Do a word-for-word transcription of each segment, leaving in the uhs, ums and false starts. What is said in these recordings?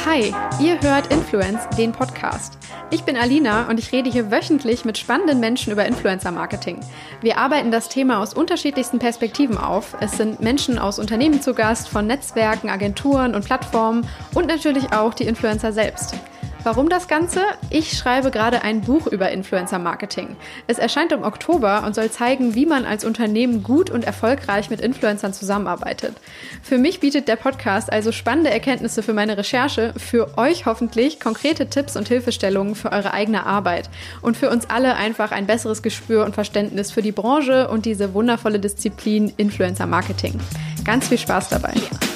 Hi, ihr hört Influence, den Podcast. Ich bin Alina und ich rede hier wöchentlich mit spannenden Menschen über Influencer-Marketing. Wir arbeiten das Thema aus unterschiedlichsten Perspektiven auf. Es sind Menschen aus Unternehmen zu Gast, von Netzwerken, Agenturen und Plattformen und natürlich auch die Influencer selbst. Warum das Ganze? Ich schreibe gerade ein Buch über Influencer-Marketing. Es erscheint im Oktober und soll zeigen, wie man als Unternehmen gut und erfolgreich mit Influencern zusammenarbeitet. Für mich bietet der Podcast also spannende Erkenntnisse für meine Recherche, für euch hoffentlich konkrete Tipps und Hilfestellungen für eure eigene Arbeit und für uns alle einfach ein besseres Gespür und Verständnis für die Branche und diese wundervolle Disziplin Influencer-Marketing. Ganz viel Spaß dabei.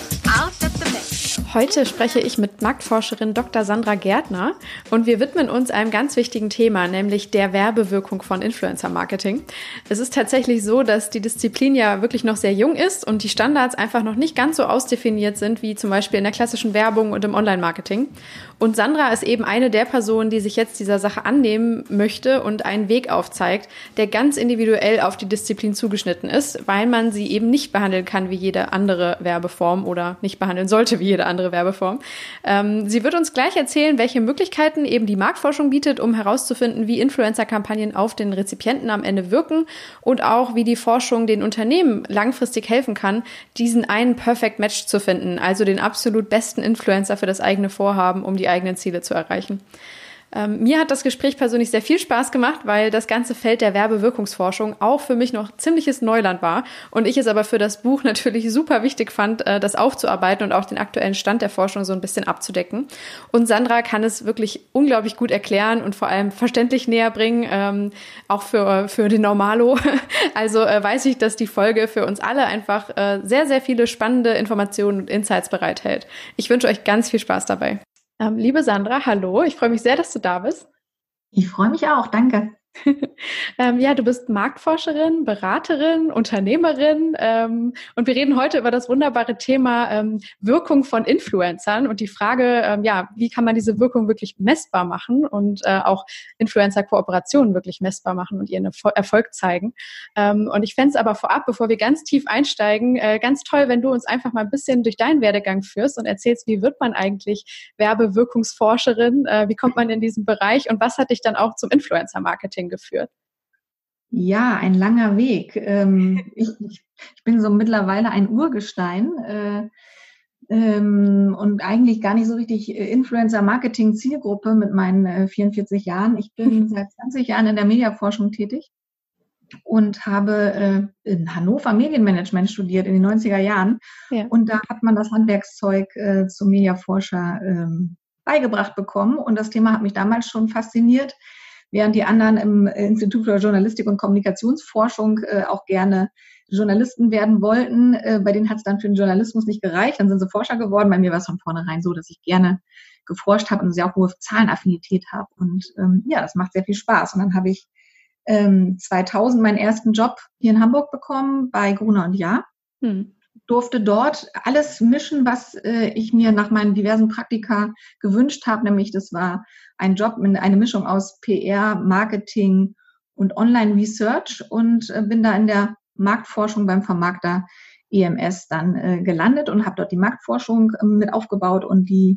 Heute spreche ich mit Marktforscherin Doktor Sandra Gärtner und wir widmen uns einem ganz wichtigen Thema, nämlich der Werbewirkung von Influencer-Marketing. Es ist tatsächlich so, dass die Disziplin ja wirklich noch sehr jung ist und die Standards einfach noch nicht ganz so ausdefiniert sind wie zum Beispiel in der klassischen Werbung und im Online-Marketing. Und Sandra ist eben eine der Personen, die sich jetzt dieser Sache annehmen möchte und einen Weg aufzeigt, der ganz individuell auf die Disziplin zugeschnitten ist, weil man sie eben nicht behandeln kann wie jede andere Werbeform oder nicht behandeln sollte wie jede andere Werbeform. Ähm, sie wird uns gleich erzählen, welche Möglichkeiten eben die Marktforschung bietet, um herauszufinden, wie Influencer-Kampagnen auf den Rezipienten am Ende wirken und auch, wie die Forschung den Unternehmen langfristig helfen kann, diesen einen Perfect Match zu finden, also den absolut besten Influencer für das eigene Vorhaben, um die eigenen Ziele zu erreichen. Ähm, mir hat das Gespräch persönlich sehr viel Spaß gemacht, weil das ganze Feld der Werbewirkungsforschung auch für mich noch ziemliches Neuland war und ich es aber für das Buch natürlich super wichtig fand, äh, das aufzuarbeiten und auch den aktuellen Stand der Forschung so ein bisschen abzudecken. Und Sandra kann es wirklich unglaublich gut erklären und vor allem verständlich näher bringen, ähm, auch für, für den Normalo. Also äh, weiß ich, dass die Folge für uns alle einfach äh, sehr, sehr viele spannende Informationen und Insights bereithält. Ich wünsche euch ganz viel Spaß dabei. Ähm, liebe Sandra, hallo, ich freue mich sehr, dass du da bist. Ich freue mich auch, danke. ähm, ja, du bist Marktforscherin, Beraterin, Unternehmerin ähm, und wir reden heute über das wunderbare Thema ähm, Wirkung von Influencern und die Frage, ähm, ja, wie kann man diese Wirkung wirklich messbar machen und äh, auch Influencer-Kooperationen wirklich messbar machen und ihren Erfol- Erfolg zeigen. Ähm, und ich fände es aber vorab, bevor wir ganz tief einsteigen, äh, ganz toll, wenn du uns einfach mal ein bisschen durch deinen Werdegang führst und erzählst, wie wird man eigentlich Werbewirkungsforscherin, äh, wie kommt man in diesen Bereich und was hat dich dann auch zum Influencer-Marketing geführt? Ja, ein langer Weg. Ähm, ich, ich bin so mittlerweile ein Urgestein äh, ähm, und eigentlich gar nicht so richtig Influencer-Marketing-Zielgruppe mit meinen äh, vierundvierzig Jahren. Ich bin seit zwanzig Jahren in der Mediaforschung tätig und habe äh, in Hannover Medienmanagement studiert in den neunziger Jahren. Ja. Und da hat man das Handwerkszeug äh, zum Mediaforscher ähm, beigebracht bekommen und das Thema hat mich damals schon fasziniert. Während die anderen im Institut für Journalistik und Kommunikationsforschung äh, auch gerne Journalisten werden wollten, äh, bei denen hat es dann für den Journalismus nicht gereicht, dann sind sie Forscher geworden. Bei mir war es von vornherein so, dass ich gerne geforscht habe und eine sehr hohe Zahlenaffinität habe. Und ähm, ja, das macht sehr viel Spaß. Und dann habe ich ähm, zweitausend meinen ersten Job hier in Hamburg bekommen bei Gruner und Jahr. Hm. Durfte dort alles mischen, was äh, ich mir nach meinen diversen Praktika gewünscht habe, nämlich das war ein Job, eine Mischung aus P R, Marketing und Online-Research und äh, bin da in der Marktforschung beim Vermarkter E M S dann äh, gelandet und habe dort die Marktforschung äh, mit aufgebaut und die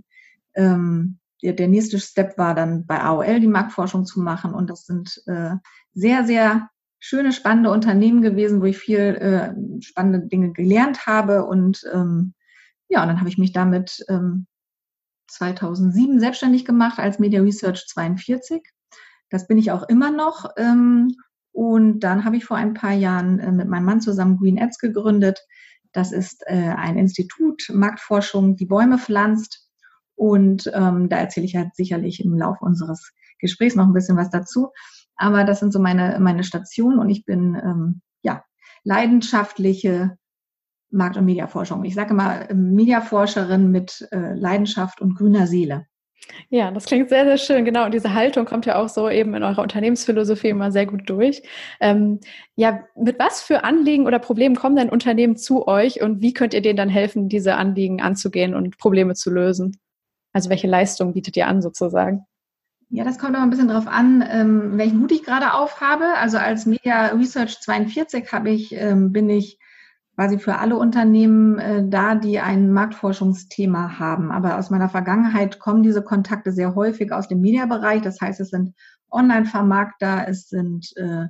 ähm, der, der nächste Step war dann bei A O L die Marktforschung zu machen und das sind äh, sehr, sehr schöne, spannende Unternehmen gewesen, wo ich viel äh, spannende Dinge gelernt habe und ähm, ja, und dann habe ich mich damit ähm, zweitausendsieben selbstständig gemacht als Media Research zweiundvierzig. Das bin ich auch immer noch ähm, und dann habe ich vor ein paar Jahren äh, mit meinem Mann zusammen Green Ads gegründet. Das ist äh, ein Institut, Marktforschung, die Bäume pflanzt und ähm, da erzähle ich halt sicherlich im Laufe unseres Gesprächs noch ein bisschen was dazu. Aber das sind so meine, meine Stationen und ich bin ähm, ja leidenschaftliche Markt- und Mediaforschung. Ich sage immer Mediaforscherin mit äh, Leidenschaft und grüner Seele. Ja, das klingt sehr, sehr schön. Genau, und diese Haltung kommt ja auch so eben in eurer Unternehmensphilosophie immer sehr gut durch. Ähm, ja, mit was für Anliegen oder Problemen kommen denn Unternehmen zu euch und wie könnt ihr denen dann helfen, diese Anliegen anzugehen und Probleme zu lösen? Also welche Leistung bietet ihr an sozusagen? Ja, das kommt immer ein bisschen drauf an, ähm, welchen Hut ich gerade aufhabe. Also als Media Research zweiundvierzig habe ich, ähm, bin ich quasi für alle Unternehmen äh, da, die ein Marktforschungsthema haben. Aber aus meiner Vergangenheit kommen diese Kontakte sehr häufig aus dem Mediabereich. Das heißt, es sind Online-Vermarkter, es sind äh,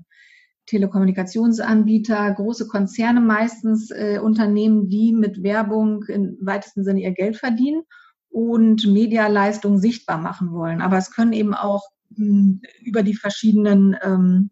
Telekommunikationsanbieter, große Konzerne meistens, äh, Unternehmen, die mit Werbung im weitesten Sinne ihr Geld verdienen und Medialeistungen sichtbar machen wollen. Aber es können eben auch mh, über die verschiedenen ähm,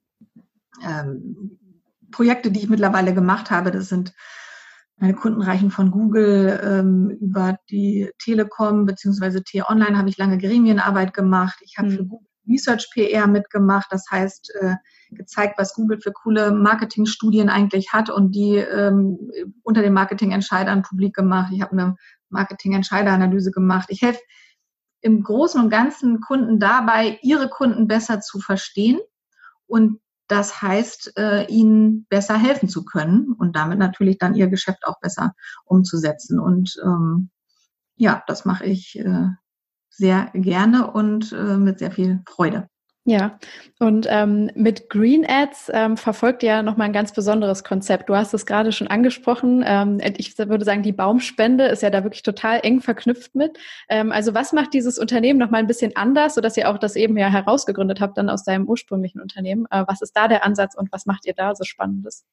ähm, Projekte, die ich mittlerweile gemacht habe, das sind meine Kunden reichen von Google ähm, über die Telekom beziehungsweise T-Online habe ich lange Gremienarbeit gemacht. Ich habe mhm. für Google Research P R mitgemacht, das heißt äh, gezeigt, was Google für coole Marketingstudien eigentlich hat und die ähm, unter den Marketingentscheidern publik gemacht. Ich habe eine Marketingentscheideranalyse gemacht. Ich helfe im Großen und Ganzen Kunden dabei, ihre Kunden besser zu verstehen und das heißt, äh, ihnen besser helfen zu können und damit natürlich dann ihr Geschäft auch besser umzusetzen. Und ähm, ja, das mache ich äh, sehr gerne und äh, mit sehr viel Freude. Ja, und ähm, mit Green Ads ähm, verfolgt ihr ja nochmal ein ganz besonderes Konzept. Du hast es gerade schon angesprochen. Ähm, ich würde sagen, die Baumspende ist ja da wirklich total eng verknüpft mit. Ähm, also was macht dieses Unternehmen nochmal ein bisschen anders, sodass ihr auch das eben ja herausgegründet habt dann aus deinem ursprünglichen Unternehmen? Äh, was ist da der Ansatz und was macht ihr da so Spannendes?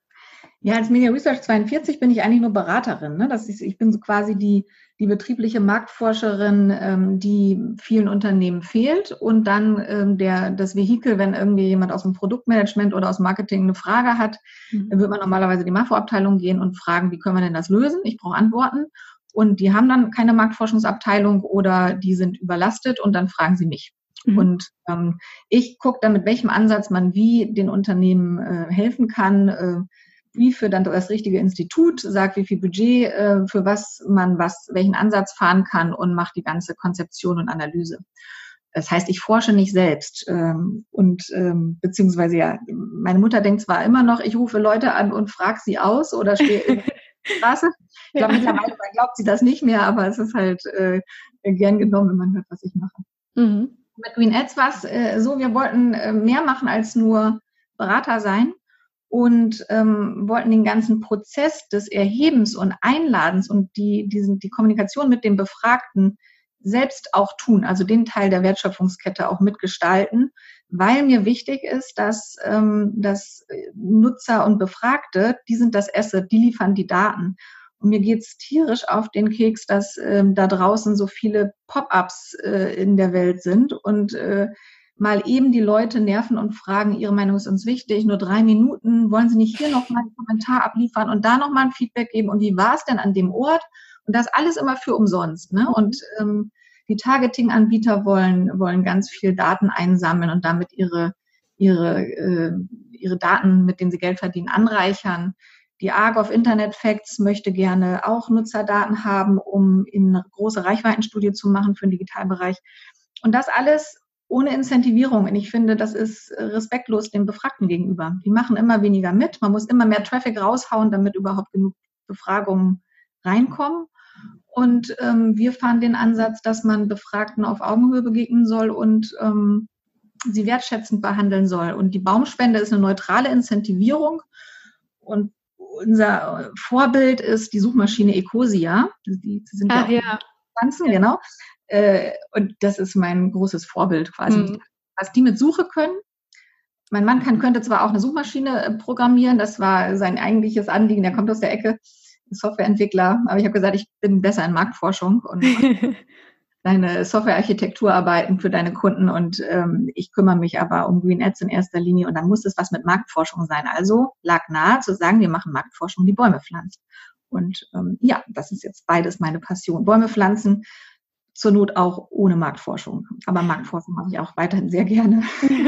Ja, als Media Research zweiundvierzig bin ich eigentlich nur Beraterin. Ne? Das ist, ich bin so quasi die, die betriebliche Marktforscherin, ähm, die vielen Unternehmen fehlt und dann ähm, der, das Vehikel, wenn irgendwie jemand aus dem Produktmanagement oder aus Marketing eine Frage hat, mhm. dann wird man normalerweise in die Marktforschungsabteilung gehen und fragen, wie können wir denn das lösen? Ich brauche Antworten. Und die haben dann keine Marktforschungsabteilung oder die sind überlastet und dann fragen sie mich. Mhm. Und ähm, ich gucke dann, mit welchem Ansatz man wie den Unternehmen äh, helfen kann, äh, wie für dann das richtige Institut, sagt, wie viel Budget, äh, für was man was, welchen Ansatz fahren kann und macht die ganze Konzeption und Analyse. Das heißt, ich forsche nicht selbst ähm, und ähm, beziehungsweise ja, meine Mutter denkt zwar immer noch, ich rufe Leute an und frage sie aus oder stehe in der Straße. Ich glaube, ja. mittlerweile glaubt sie das nicht mehr, aber es ist halt äh, gern genommen, wenn man hört, was ich mache. Mhm. Mit Green Ads war es äh, so, wir wollten äh, mehr machen als nur Berater sein. Und ähm, wollten den ganzen Prozess des Erhebens und Einladens und die, diesen, die Kommunikation mit dem Befragten selbst auch tun, also den Teil der Wertschöpfungskette auch mitgestalten, weil mir wichtig ist, dass, ähm, dass Nutzer und Befragte, die sind das Asset, die liefern die Daten. Und mir geht's tierisch auf den Keks, dass ähm, da draußen so viele Pop-ups äh, in der Welt sind und äh, mal eben die Leute nerven und fragen, ihre Meinung ist uns wichtig, nur drei Minuten, wollen Sie nicht hier nochmal einen Kommentar abliefern und da nochmal ein Feedback geben und wie war es denn an dem Ort? Und das alles immer für umsonst. Ne? Und ähm, die Targeting-Anbieter wollen, wollen ganz viel Daten einsammeln und damit ihre, ihre, äh, ihre Daten, mit denen sie Geld verdienen, anreichern. Die Argov Internet Facts möchte gerne auch Nutzerdaten haben, um eine große Reichweitenstudie zu machen für den Digitalbereich. Und das alles ohne Incentivierung. Und ich finde, das ist respektlos den Befragten gegenüber. Die machen immer weniger mit. Man muss immer mehr Traffic raushauen, damit überhaupt genug Befragungen reinkommen. Und ähm, wir fahren den Ansatz, dass man Befragten auf Augenhöhe begegnen soll und ähm, sie wertschätzend behandeln soll. Und die Baumspende ist eine neutrale Incentivierung. Und unser Vorbild ist die Suchmaschine Ecosia. Die, die sind Ach, ja, ja. Pflanzen, ja. Genau. Und das ist mein großes Vorbild quasi. Mhm. Was die mit Suche können. Mein Mann kann, könnte zwar auch eine Suchmaschine programmieren, das war sein eigentliches Anliegen, der kommt aus der Ecke, Softwareentwickler, aber ich habe gesagt, ich bin besser in Marktforschung und deine Softwarearchitekturarbeiten für deine Kunden und ähm, ich kümmere mich aber um Green Ads in erster Linie und dann muss es was mit Marktforschung sein. Also lag nahe zu sagen, wir machen Marktforschung, die Bäume pflanzt. Und ähm, ja, das ist jetzt beides meine Passion. Bäume pflanzen, zur Not auch ohne Marktforschung. Aber Marktforschung mache ich auch weiterhin sehr gerne.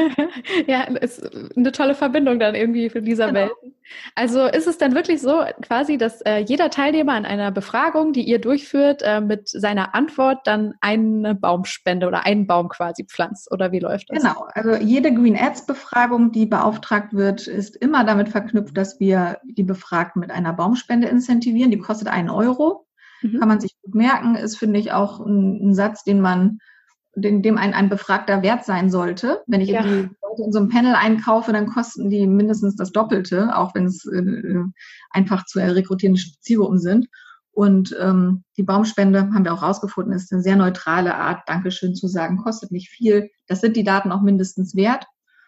Ja, ist eine tolle Verbindung dann irgendwie für dieser genau. Welt. Also ist es dann wirklich so quasi, dass äh, jeder Teilnehmer an einer Befragung, die ihr durchführt, äh, mit seiner Antwort dann eine Baumspende oder einen Baum quasi pflanzt? Oder wie läuft das? Genau, also jede Green Ads Befragung, die beauftragt wird, ist immer damit verknüpft, dass wir die Befragten mit einer Baumspende incentivieren. Die kostet einen Euro. Mhm. Kann man sich gut merken, ist, finde ich, auch ein, ein Satz, den man den, dem ein, ein Befragter wert sein sollte. Wenn ich Ja. die Leute in so einem Panel einkaufe, dann kosten die mindestens das Doppelte, auch wenn es äh, einfach zu rekrutierende Zielgruppen sind. Und ähm, die Baumspende, haben wir auch rausgefunden, ist eine sehr neutrale Art, Dankeschön zu sagen, kostet nicht viel. Das sind die Daten auch mindestens wert.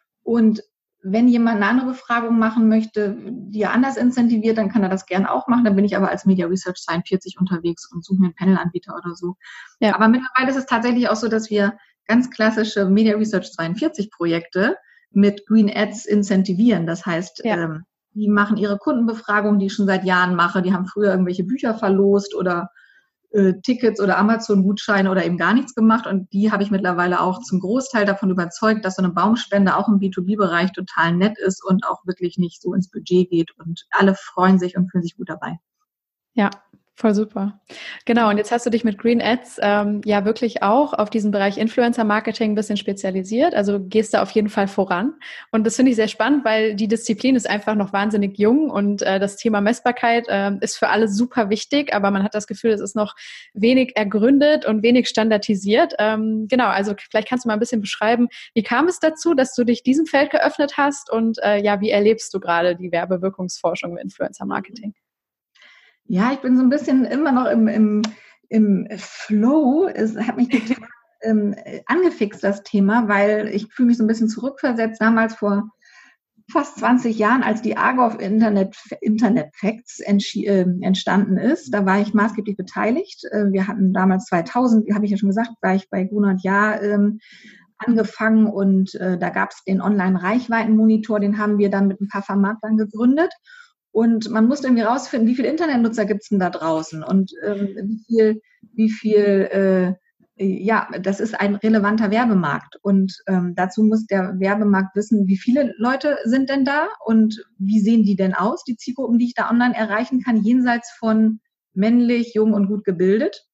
Und wenn jemand eine andere Befragung machen möchte, die er anders incentiviert, dann kann er das gern auch machen. Dann bin ich aber als Media Research zweiundvierzig unterwegs und suche mir einen Panel-Anbieter oder so. Ja. Aber mittlerweile ist es tatsächlich auch so, dass wir ganz klassische Media Research zweiundvierzig Projekte mit Green Ads incentivieren. Das heißt, ja. ähm, die machen ihre Kundenbefragung, die ich schon seit Jahren mache. Die haben früher irgendwelche Bücher verlost oder äh, Tickets oder Amazon-Gutscheine oder eben gar nichts gemacht. Und die habe ich mittlerweile auch zum Großteil davon überzeugt, dass so eine Baumspende auch im B zwei B-Bereich total nett ist und auch wirklich nicht so ins Budget geht. Und alle freuen sich und fühlen sich gut dabei. Ja, voll super. Genau, und jetzt hast du dich mit Green Ads ähm, ja wirklich auch auf diesen Bereich Influencer-Marketing ein bisschen spezialisiert. Also gehst da auf jeden Fall voran. Und das finde ich sehr spannend, weil die Disziplin ist einfach noch wahnsinnig jung und äh, das Thema Messbarkeit äh, ist für alle super wichtig, aber man hat das Gefühl, es ist noch wenig ergründet und wenig standardisiert. Ähm, genau, also vielleicht kannst du mal ein bisschen beschreiben, wie kam es dazu, dass du dich diesem Feld geöffnet hast und äh, ja, wie erlebst du gerade die Werbewirkungsforschung im Influencer-Marketing? Ja, ich bin so ein bisschen immer noch im, im, im Flow. Es hat mich total ähm, angefixt, das Thema, weil ich fühle mich so ein bisschen zurückversetzt. Damals vor fast zwanzig Jahren, als die Argov Internet, Internet Facts entschi- äh, entstanden ist, da war ich maßgeblich beteiligt. Äh, wir hatten damals zweitausend, habe ich ja schon gesagt, war ich bei Gunnar und Jahr ähm, angefangen und äh, da gab es den Online-Reichweitenmonitor, den haben wir dann mit ein paar Vermarktern gegründet. Und man musste irgendwie rausfinden, wie viele Internetnutzer gibt's denn da draußen und ähm, wie viel, wie viel, äh, ja, das ist ein relevanter Werbemarkt. Und ähm, dazu muss der Werbemarkt wissen, wie viele Leute sind denn da und wie sehen die denn aus, die Zielgruppen, die ich da online erreichen kann, jenseits von männlich, jung und gut gebildet.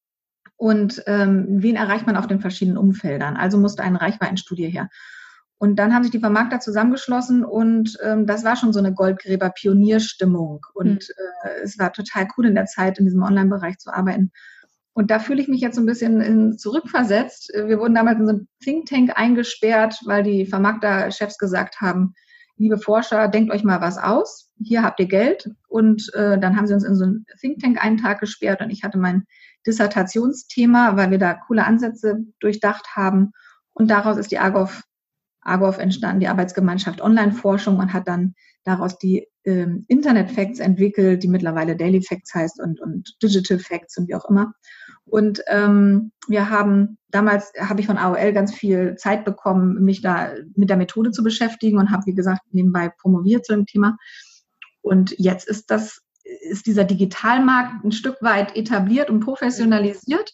Und ähm, wen erreicht man auf den verschiedenen Umfeldern? Also musste eine Reichweitenstudie her. Und dann haben sich die Vermarkter zusammengeschlossen und ähm, das war schon so eine Goldgräber-Pionierstimmung. Und äh, es war total cool in der Zeit, in diesem Online-Bereich zu arbeiten. Und da fühle ich mich jetzt so ein bisschen in, zurückversetzt. Wir wurden damals in so einem Think Tank eingesperrt, weil die Vermarkter-Chefs gesagt haben, liebe Forscher, denkt euch mal was aus. Hier habt ihr Geld. Und äh, dann haben sie uns in so einen Think Tank einen Tag gesperrt und ich hatte mein Dissertationsthema, weil wir da coole Ansätze durchdacht haben. Und daraus ist die Argov Argov entstanden, die Arbeitsgemeinschaft Online-Forschung und hat dann daraus die ähm, Internet-Facts entwickelt, die mittlerweile Daily Facts heißt und, und Digital Facts und wie auch immer. Und ähm, wir haben, damals habe ich von A O L ganz viel Zeit bekommen, mich da mit der Methode zu beschäftigen und habe, wie gesagt, nebenbei promoviert zu dem Thema. Und jetzt ist das, ist dieser Digitalmarkt ein Stück weit etabliert und professionalisiert.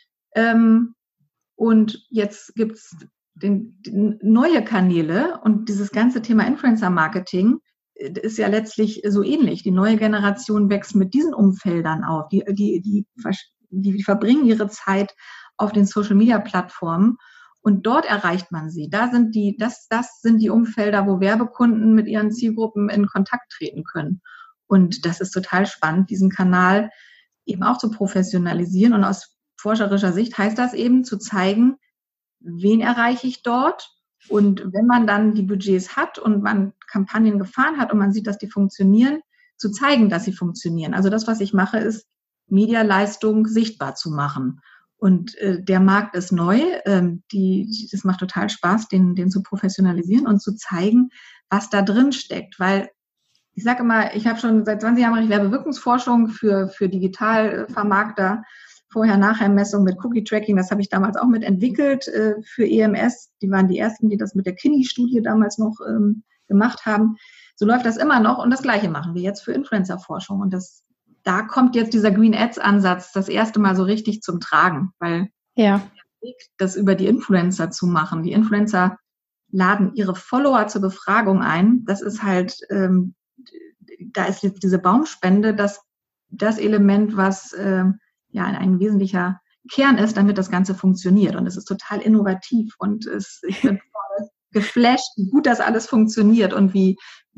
Ähm, und jetzt gibt's Den, den neue Kanäle und dieses ganze Thema Influencer-Marketing ist ja letztlich so ähnlich. Die neue Generation wächst mit diesen Umfeldern auf. Die, die, die, die verbringen ihre Zeit auf den Social-Media-Plattformen und dort erreicht man sie. Da sind die, das, das sind die Umfelder, wo Werbekunden mit ihren Zielgruppen in Kontakt treten können. Und das ist total spannend, diesen Kanal eben auch zu professionalisieren. Und aus forscherischer Sicht heißt das eben zu zeigen, wen erreiche ich dort? Und wenn man dann die Budgets hat und man Kampagnen gefahren hat und man sieht, dass die funktionieren, zu zeigen, dass sie funktionieren. Also das, was ich mache, ist, Medialeistung sichtbar zu machen. Und äh, der Markt ist neu. Ähm, die, das macht total Spaß, den, den zu professionalisieren und zu zeigen, was da drin steckt. Weil ich sage immer, ich habe schon seit zwanzig Jahren mache ich Werbewirkungsforschung für, für Digitalvermarkter. Vorher-Nachher-Messung mit Cookie-Tracking, das habe ich damals auch mit entwickelt äh, für E M S. Die waren die ersten, die das mit der Kinney-Studie damals noch ähm, gemacht haben. So läuft das immer noch und das Gleiche machen wir jetzt für Influencer-Forschung. Und das, da kommt jetzt dieser Green Ads-Ansatz das erste Mal so richtig zum Tragen, weil ja. das über die Influencer zu machen. Die Influencer laden ihre Follower zur Befragung ein. Das ist halt, ähm, da ist jetzt diese Baumspende das, das Element, was ähm, ja ein wesentlicher Kern ist, damit das Ganze funktioniert. Und es ist total innovativ und es, ich bin voll geflasht, wie gut das alles funktioniert und wie, wie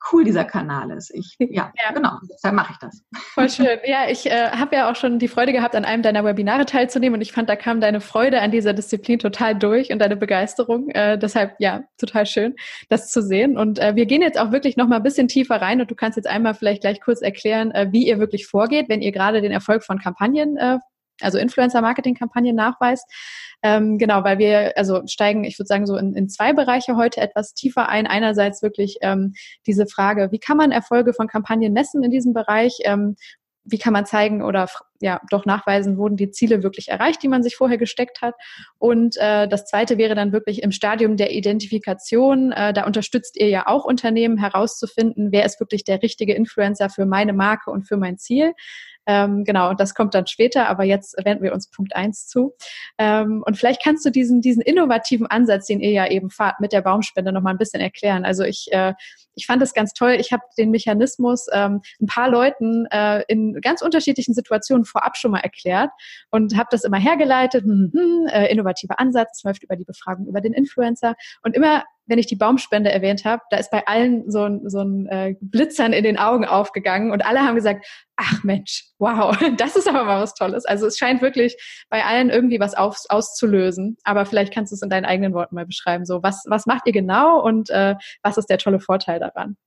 cool dieser Kanal ist. Ich, ja, ja. genau, deshalb mache ich das. Voll schön. Ja, ich äh, habe ja auch schon die Freude gehabt, an einem deiner Webinare teilzunehmen und ich fand, da kam deine Freude an dieser Disziplin total durch und deine Begeisterung. Äh, deshalb, ja, total schön, das zu sehen. Und äh, wir gehen jetzt auch wirklich noch mal ein bisschen tiefer rein und du kannst jetzt einmal vielleicht gleich kurz erklären, äh, wie ihr wirklich vorgeht, wenn ihr gerade den Erfolg von Kampagnen, äh, also Influencer-Marketing-Kampagnen nachweist. Ähm, genau, weil wir also steigen, ich würde sagen, so in, in zwei Bereiche heute etwas tiefer ein. Einerseits wirklich ähm, diese Frage, wie kann man Erfolge von Kampagnen messen in diesem Bereich? Ähm, wie kann man zeigen oder ja doch nachweisen, wurden die Ziele wirklich erreicht, die man sich vorher gesteckt hat? Und äh, das Zweite wäre dann wirklich im Stadium der Identifikation. Äh, da unterstützt ihr ja auch Unternehmen herauszufinden, wer ist wirklich der richtige Influencer für meine Marke und für mein Ziel. Ähm, genau, das kommt dann später, aber jetzt wenden wir uns Punkt eins zu. Ähm, und vielleicht kannst du diesen, diesen innovativen Ansatz, den ihr ja eben fahrt, mit der Baumspende noch mal ein bisschen erklären. Also ich, äh, ich fand das ganz toll. Ich habe den Mechanismus ähm, ein paar Leuten äh, in ganz unterschiedlichen Situationen vorab schon mal erklärt und habe das immer hergeleitet. Hm, hm, äh, innovativer Ansatz, läuft über die Befragung über den Influencer. Und immer, wenn ich die Baumspende erwähnt habe, da ist bei allen so ein, so ein äh, Glitzern in den Augen aufgegangen und alle haben gesagt, ach Mensch, wow, das ist aber mal was Tolles. Also es scheint wirklich bei allen irgendwie was auf, auszulösen. Aber vielleicht kannst du es in deinen eigenen Worten mal beschreiben. So, was, was macht ihr genau und äh, was ist der tolle Vorteil daran?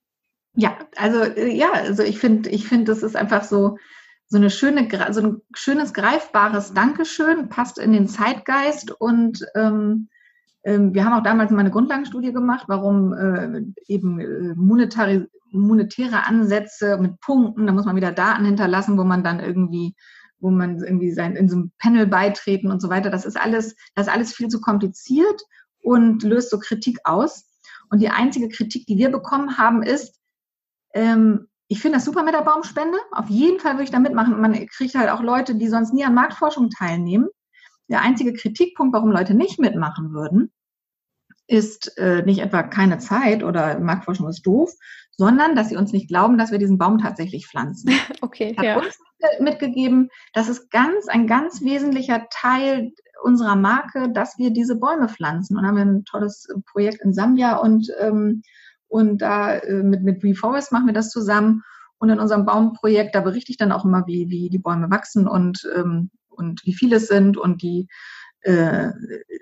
Ja, also ja, also ich finde, ich finde, das ist einfach so so eine schöne, so ein schönes greifbares Dankeschön, passt in den Zeitgeist und ähm, wir haben auch damals mal eine Grundlagenstudie gemacht, warum äh, eben äh, monetari- monetäre Ansätze mit Punkten, da muss man wieder Daten hinterlassen, wo man dann irgendwie, wo man irgendwie sein, in so einem Panel beitreten und so weiter. Das ist alles, das ist alles viel zu kompliziert und löst so Kritik aus. Und die einzige Kritik, die wir bekommen haben, ist, ähm, ich finde das super mit der Baumspende. Auf jeden Fall würde ich da mitmachen. Man kriegt halt auch Leute, die sonst nie an Marktforschung teilnehmen. Der einzige Kritikpunkt, warum Leute nicht mitmachen würden, ist äh, nicht etwa keine Zeit oder Marktforschung ist doof, sondern dass sie uns nicht glauben, dass wir diesen Baum tatsächlich pflanzen. Okay, hat ja. uns mitgegeben, das ist ganz ein ganz wesentlicher Teil unserer Marke, dass wir diese Bäume pflanzen. Und haben wir ein tolles Projekt in Sambia und ähm, und da äh, mit mit WeForest machen wir das zusammen. Und in unserem Baumprojekt, da berichte ich dann auch immer, wie wie die Bäume wachsen und ähm, und wie viele es sind und die äh,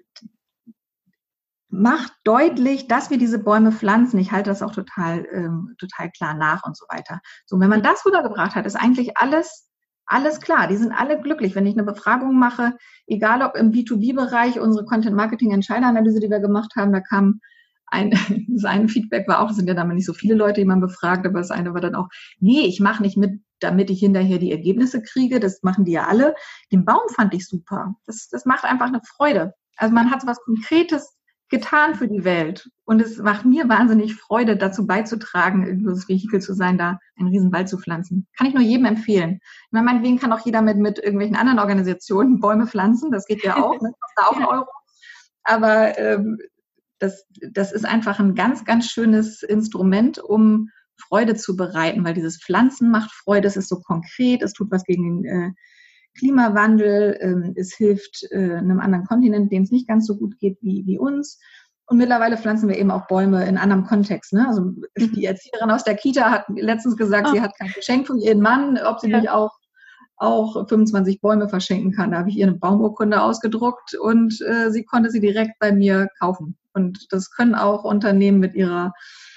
macht deutlich, dass wir diese Bäume pflanzen. Ich halte das auch total, ähm, total klar nach und so weiter. So, wenn man das rübergebracht hat, ist eigentlich alles, alles klar. Die sind alle glücklich. Wenn ich eine Befragung mache, egal ob im B zwei B-Bereich, unsere Content-Marketing-Entscheideranalyse, die wir gemacht haben, da kam ein, sein Feedback war auch, das sind ja damit nicht so viele Leute, die man befragt, aber das eine war dann auch, nee, ich mache nicht mit, damit ich hinterher die Ergebnisse kriege. Das machen die ja alle. Den Baum fand ich super. Das, das macht einfach eine Freude. Also man hat so was Konkretes getan für die Welt. Und es macht mir wahnsinnig Freude, dazu beizutragen, irgendwo das Vehikel zu sein, da einen riesen Wald zu pflanzen. Kann ich nur jedem empfehlen. Ich meine, meinetwegen kann auch jeder mit, mit irgendwelchen anderen Organisationen Bäume pflanzen. Das geht ja auch. Das kostet auch einen Euro. Aber ähm, das, das ist einfach ein ganz, ganz schönes Instrument, um Freude zu bereiten, weil dieses Pflanzen macht Freude. Es ist so konkret. Es tut was gegen den äh, Klimawandel, ähm, es hilft äh, einem anderen Kontinent, dem es nicht ganz so gut geht wie, wie uns. Und mittlerweile pflanzen wir eben auch Bäume in anderem Kontext. Ne? Also die Erzieherin aus der Kita hat letztens gesagt, oh. sie hat kein Geschenk für ihren Mann, ob sie ja. nicht auch, auch fünfundzwanzig Bäume verschenken kann. Da habe ich ihr eine Baumurkunde ausgedruckt und äh, sie konnte sie direkt bei mir kaufen. Und das können auch Unternehmen mit ihrer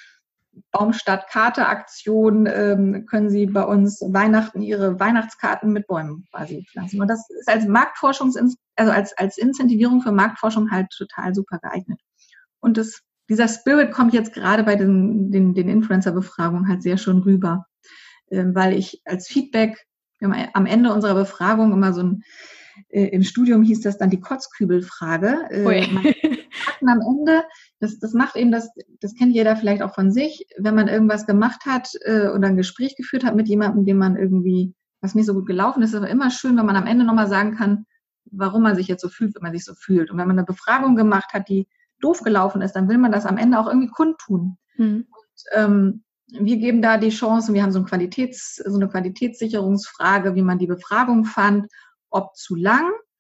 Baumstadt-Karte-Aktion ähm, können Sie bei uns Weihnachten Ihre Weihnachtskarten mit Bäumen quasi pflanzen. Und das ist als Marktforschungs, also als, als Incentivierung für Marktforschung halt total super geeignet. Und das, dieser Spirit kommt jetzt gerade bei den, den, den Influencer-Befragungen halt sehr schön rüber. Ähm, weil ich als Feedback, wir haben am Ende unserer Befragung immer so ein, äh, im Studium hieß das dann die Kotzkübelfrage. Äh, man am Ende, das, das macht eben das, das kennt jeder vielleicht auch von sich, wenn man irgendwas gemacht hat äh, oder ein Gespräch geführt hat mit jemandem, dem man irgendwie, was nicht so gut gelaufen ist, ist aber immer schön, wenn man am Ende nochmal sagen kann, warum man sich jetzt so fühlt, wenn man sich so fühlt. Und wenn man eine Befragung gemacht hat, die doof gelaufen ist, dann will man das am Ende auch irgendwie kundtun. Mhm. Und, ähm, wir geben da die Chance, wir haben so, ein Qualitäts, so eine Qualitätssicherungsfrage, wie man die Befragung fand, ob zu lang,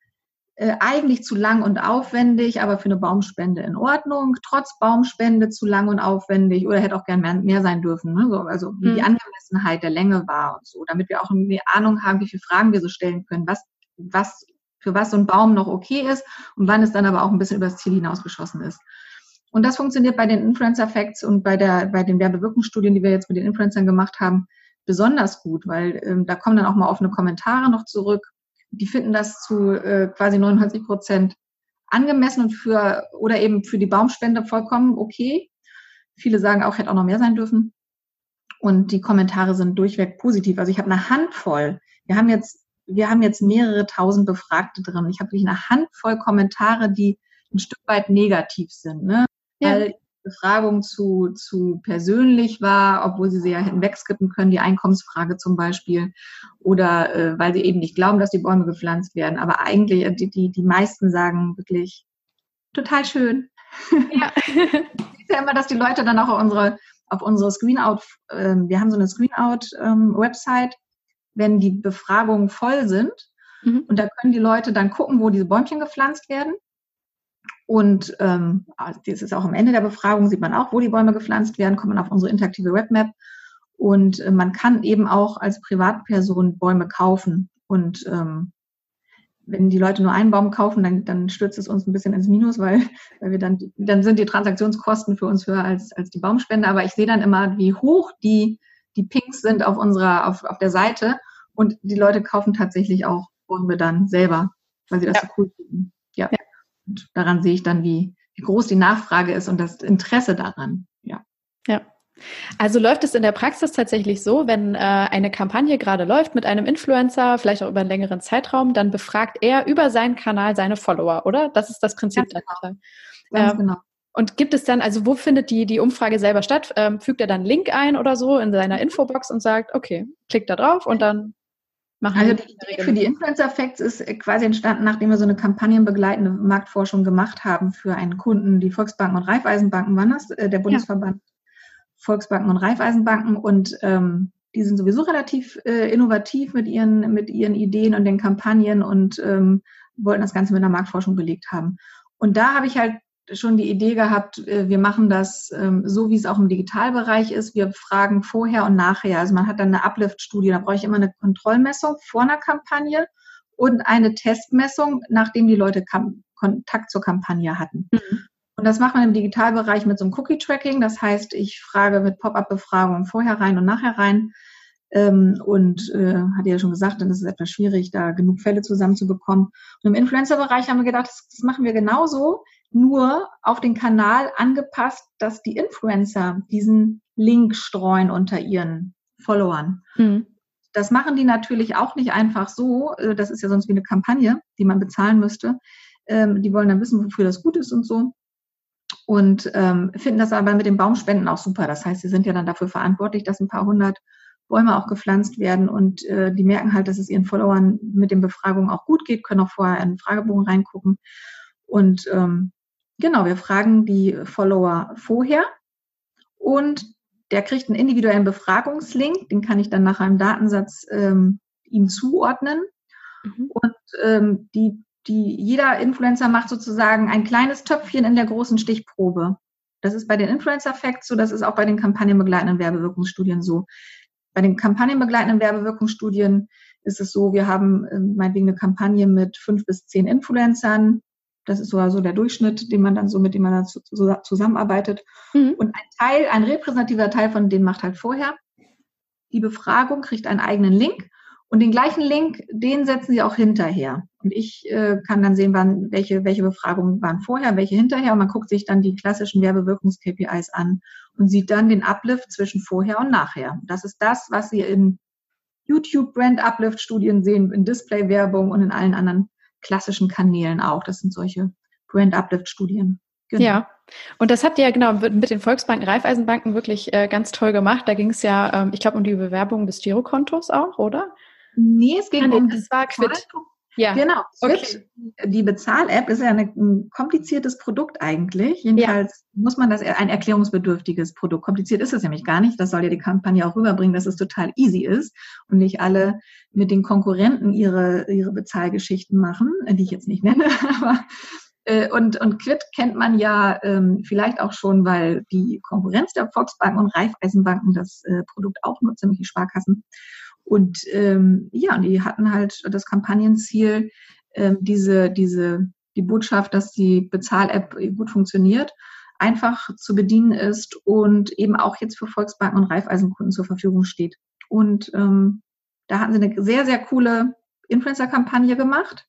Äh, eigentlich zu lang und aufwendig, aber für eine Baumspende in Ordnung. Trotz Baumspende zu lang und aufwendig oder hätte auch gern mehr, mehr sein dürfen. Ne? So, also wie mhm. die Angemessenheit der Länge war und so, damit wir auch eine Ahnung haben, wie viele Fragen wir so stellen können, was, was für was so ein Baum noch okay ist und wann es dann aber auch ein bisschen übers Ziel hinausgeschossen ist. Und das funktioniert bei den Influencer Facts und bei der bei den Werbewirkungsstudien, die wir jetzt mit den Influencern gemacht haben, besonders gut, weil ähm, da kommen dann auch mal offene Kommentare noch zurück. Die finden das zu äh, quasi neunundneunzig Prozent angemessen und für oder eben für die Baumspende vollkommen okay. Viele sagen auch, hätte auch noch mehr sein dürfen. Und die Kommentare sind durchweg positiv. Also ich habe eine Handvoll. Wir haben jetzt wir haben jetzt mehrere tausend Befragte drin. Ich habe wirklich eine Handvoll Kommentare, die ein Stück weit negativ sind, ne? Ja. Weil die Befragung zu, zu persönlich war, obwohl sie sie ja hätten wegskippen können, die Einkommensfrage zum Beispiel, oder äh, weil sie eben nicht glauben, dass die Bäume gepflanzt werden. Aber eigentlich, die, die, die meisten sagen wirklich, total schön. Ja. Ich sehe ja immer, dass die Leute dann auch auf unsere, auf unsere Screenout, äh, wir haben so eine Screenout-Website, ähm, wenn die Befragungen voll sind. Mhm. Und da können die Leute dann gucken, wo diese Bäumchen gepflanzt werden. Und ähm, das ist auch am Ende der Befragung, sieht man auch, wo die Bäume gepflanzt werden, kommt man auf unsere interaktive Webmap. Und äh, man kann eben auch als Privatperson Bäume kaufen. Und ähm, wenn die Leute nur einen Baum kaufen, dann, dann stürzt es uns ein bisschen ins Minus, weil, weil wir dann, dann sind die Transaktionskosten für uns höher als, als die Baumspende. Aber ich sehe dann immer, wie hoch die, die Pinks sind auf unserer, auf, auf der Seite. Und die Leute kaufen tatsächlich auch Bäume dann selber, weil sie das ja so cool finden. Ja. ja. Und daran sehe ich dann, wie, wie groß die Nachfrage ist und das Interesse daran. Ja. Ja. Also läuft es in der Praxis tatsächlich so, wenn äh, eine Kampagne gerade läuft mit einem Influencer, vielleicht auch über einen längeren Zeitraum, dann befragt er über seinen Kanal seine Follower, oder? Das ist das Prinzip Ganz dahinter. Genau. Ganz ähm, genau. Und gibt es dann, also wo findet die, die Umfrage selber statt? Ähm, fügt er dann einen Link ein oder so in seiner Infobox und sagt, okay, klickt da drauf und dann machen Also die Idee für die Influencer Facts ist quasi entstanden, nachdem wir so eine kampagnenbegleitende Marktforschung gemacht haben für einen Kunden, die Volksbanken und Raiffeisenbanken waren das, äh, der Bundesverband ja. Volksbanken und Raiffeisenbanken, und ähm, die sind sowieso relativ äh, innovativ mit ihren mit ihren Ideen und den Kampagnen und ähm, wollten das Ganze mit einer Marktforschung belegt haben. Und da habe ich halt schon die Idee gehabt, äh, wir machen das ähm, so, wie es auch im Digitalbereich ist. Wir fragen vorher und nachher. Also man hat dann eine Uplift-Studie, da brauche ich immer eine Kontrollmessung vor einer Kampagne und eine Testmessung, nachdem die Leute Kam- Kontakt zur Kampagne hatten. Mhm. Und das macht man im Digitalbereich mit so einem Cookie-Tracking. Das heißt, ich frage mit Pop-up-Befragungen vorher rein und nachher rein. Ähm, und äh, hatte ja schon gesagt, dann ist es etwas schwierig, da genug Fälle zusammenzubekommen. Und im Influencer-Bereich haben wir gedacht, das, das machen wir genauso, nur auf den Kanal angepasst, dass die Influencer diesen Link streuen unter ihren Followern. Mhm. Das machen die natürlich auch nicht einfach so. Das ist ja sonst wie eine Kampagne, die man bezahlen müsste. Ähm, die wollen dann wissen, wofür das gut ist und so. Und ähm, finden das aber mit den Baumspenden auch super. Das heißt, sie sind ja dann dafür verantwortlich, dass ein paar hundert Bäume auch gepflanzt werden. Und äh, die merken halt, dass es ihren Followern mit den Befragungen auch gut geht, können auch vorher in den Fragebogen reingucken. Und ähm, genau, wir fragen die Follower vorher und der kriegt einen individuellen Befragungslink, den kann ich dann nach einem Datensatz ähm, ihm zuordnen. Mhm. Und ähm, die, die, jeder Influencer macht sozusagen ein kleines Töpfchen in der großen Stichprobe. Das ist bei den Influencer Facts so, das ist auch bei den kampagnenbegleitenden Werbewirkungsstudien so. Bei den kampagnenbegleitenden Werbewirkungsstudien ist es so, wir haben äh, meinetwegen eine Kampagne mit fünf bis zehn Influencern. Das ist so, so der Durchschnitt, den man dann so, mit dem man dann so, so zusammenarbeitet. Mhm. Und ein Teil, ein repräsentativer Teil von denen macht halt vorher die Befragung, kriegt einen eigenen Link. Und den gleichen Link, den setzen sie auch hinterher. Und ich äh, kann dann sehen, wann, welche, welche Befragungen waren vorher, welche hinterher. Und man guckt sich dann die klassischen Werbewirkungs-K P Is an und sieht dann den Uplift zwischen vorher und nachher. Das ist das, was Sie in YouTube-Brand-Uplift-Studien sehen, in Display-Werbung und in allen anderen klassischen Kanälen auch. Das sind solche Brand-Uplift-Studien. Genau. Ja, und das habt ihr ja genau mit den Volksbanken, Raiffeisenbanken wirklich äh, ganz toll gemacht. Da ging es ja, ähm, ich glaube, um die Bewerbung des Girokontos auch, oder? Nee, es ging ah, nee, um das war Quid. Ja. Genau. Okay. Die Bezahl-App ist ja eine, ein kompliziertes Produkt eigentlich. Jedenfalls ja. muss man das ein erklärungsbedürftiges Produkt. Kompliziert ist es nämlich gar nicht. Das soll ja die Kampagne auch rüberbringen, dass es total easy ist und nicht alle mit den Konkurrenten ihre, ihre Bezahlgeschichten machen, die ich jetzt nicht nenne. Aber, äh, und, und Quid kennt man ja ähm, vielleicht auch schon, weil die Konkurrenz der Volksbanken und Raiffeisenbanken das äh, Produkt auch nutzt, nämlich die Sparkassen. Und ähm, ja, die hatten halt das Kampagnenziel, ähm, diese, diese, die Botschaft, dass die Bezahl-App gut funktioniert, einfach zu bedienen ist und eben auch jetzt für Volksbanken und Raiffeisenkunden zur Verfügung steht. Und ähm, da hatten sie eine sehr, sehr coole Influencer-Kampagne gemacht.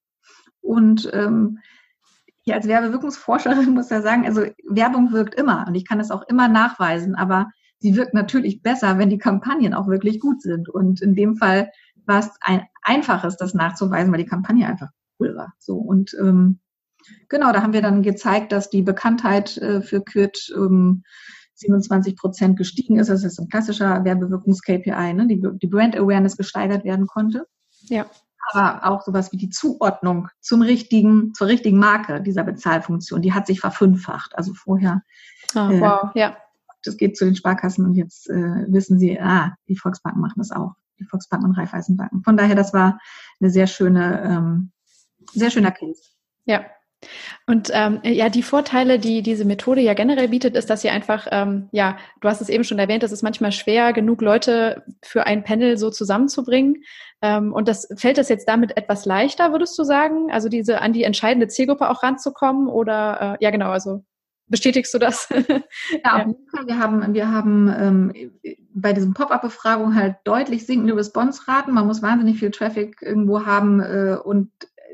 Und ähm, ich als Werbewirkungsforscherin muss ja sagen, also Werbung wirkt immer und ich kann das auch immer nachweisen, aber sie wirkt natürlich besser, wenn die Kampagnen auch wirklich gut sind. Und in dem Fall war es ein einfaches, das nachzuweisen, weil die Kampagne einfach cool war. So und ähm, genau, da haben wir dann gezeigt, dass die Bekanntheit äh, für Quid um siebenundzwanzig Prozent gestiegen ist. Das ist ein klassischer Werbewirkungs-K P I, ne? Die, die Brand Awareness gesteigert werden konnte. Ja. Aber auch sowas wie die Zuordnung zum richtigen, zur richtigen Marke dieser Bezahlfunktion, die hat sich verfünffacht. Also vorher. Oh, äh, wow, ja. Das geht zu den Sparkassen und jetzt äh, wissen sie, ah, die Volksbanken machen das auch. Die Volksbanken und Raiffeisenbanken. Von daher, das war eine sehr schöne, ähm, sehr schöner Case. Ja. Und ähm, ja, die Vorteile, die diese Methode ja generell bietet, ist, dass sie einfach, ähm, ja, du hast es eben schon erwähnt, es ist manchmal schwer, genug Leute für ein Panel so zusammenzubringen. Ähm, und das fällt das jetzt damit etwas leichter, würdest du sagen? Also diese an die entscheidende Zielgruppe auch ranzukommen? Oder äh, ja, genau, also bestätigst du das? Ja, auf jeden Fall. Wir haben, wir haben ähm, bei diesen Pop-up-Befragungen halt deutlich sinkende Response-Raten. Man muss wahnsinnig viel Traffic irgendwo haben äh, und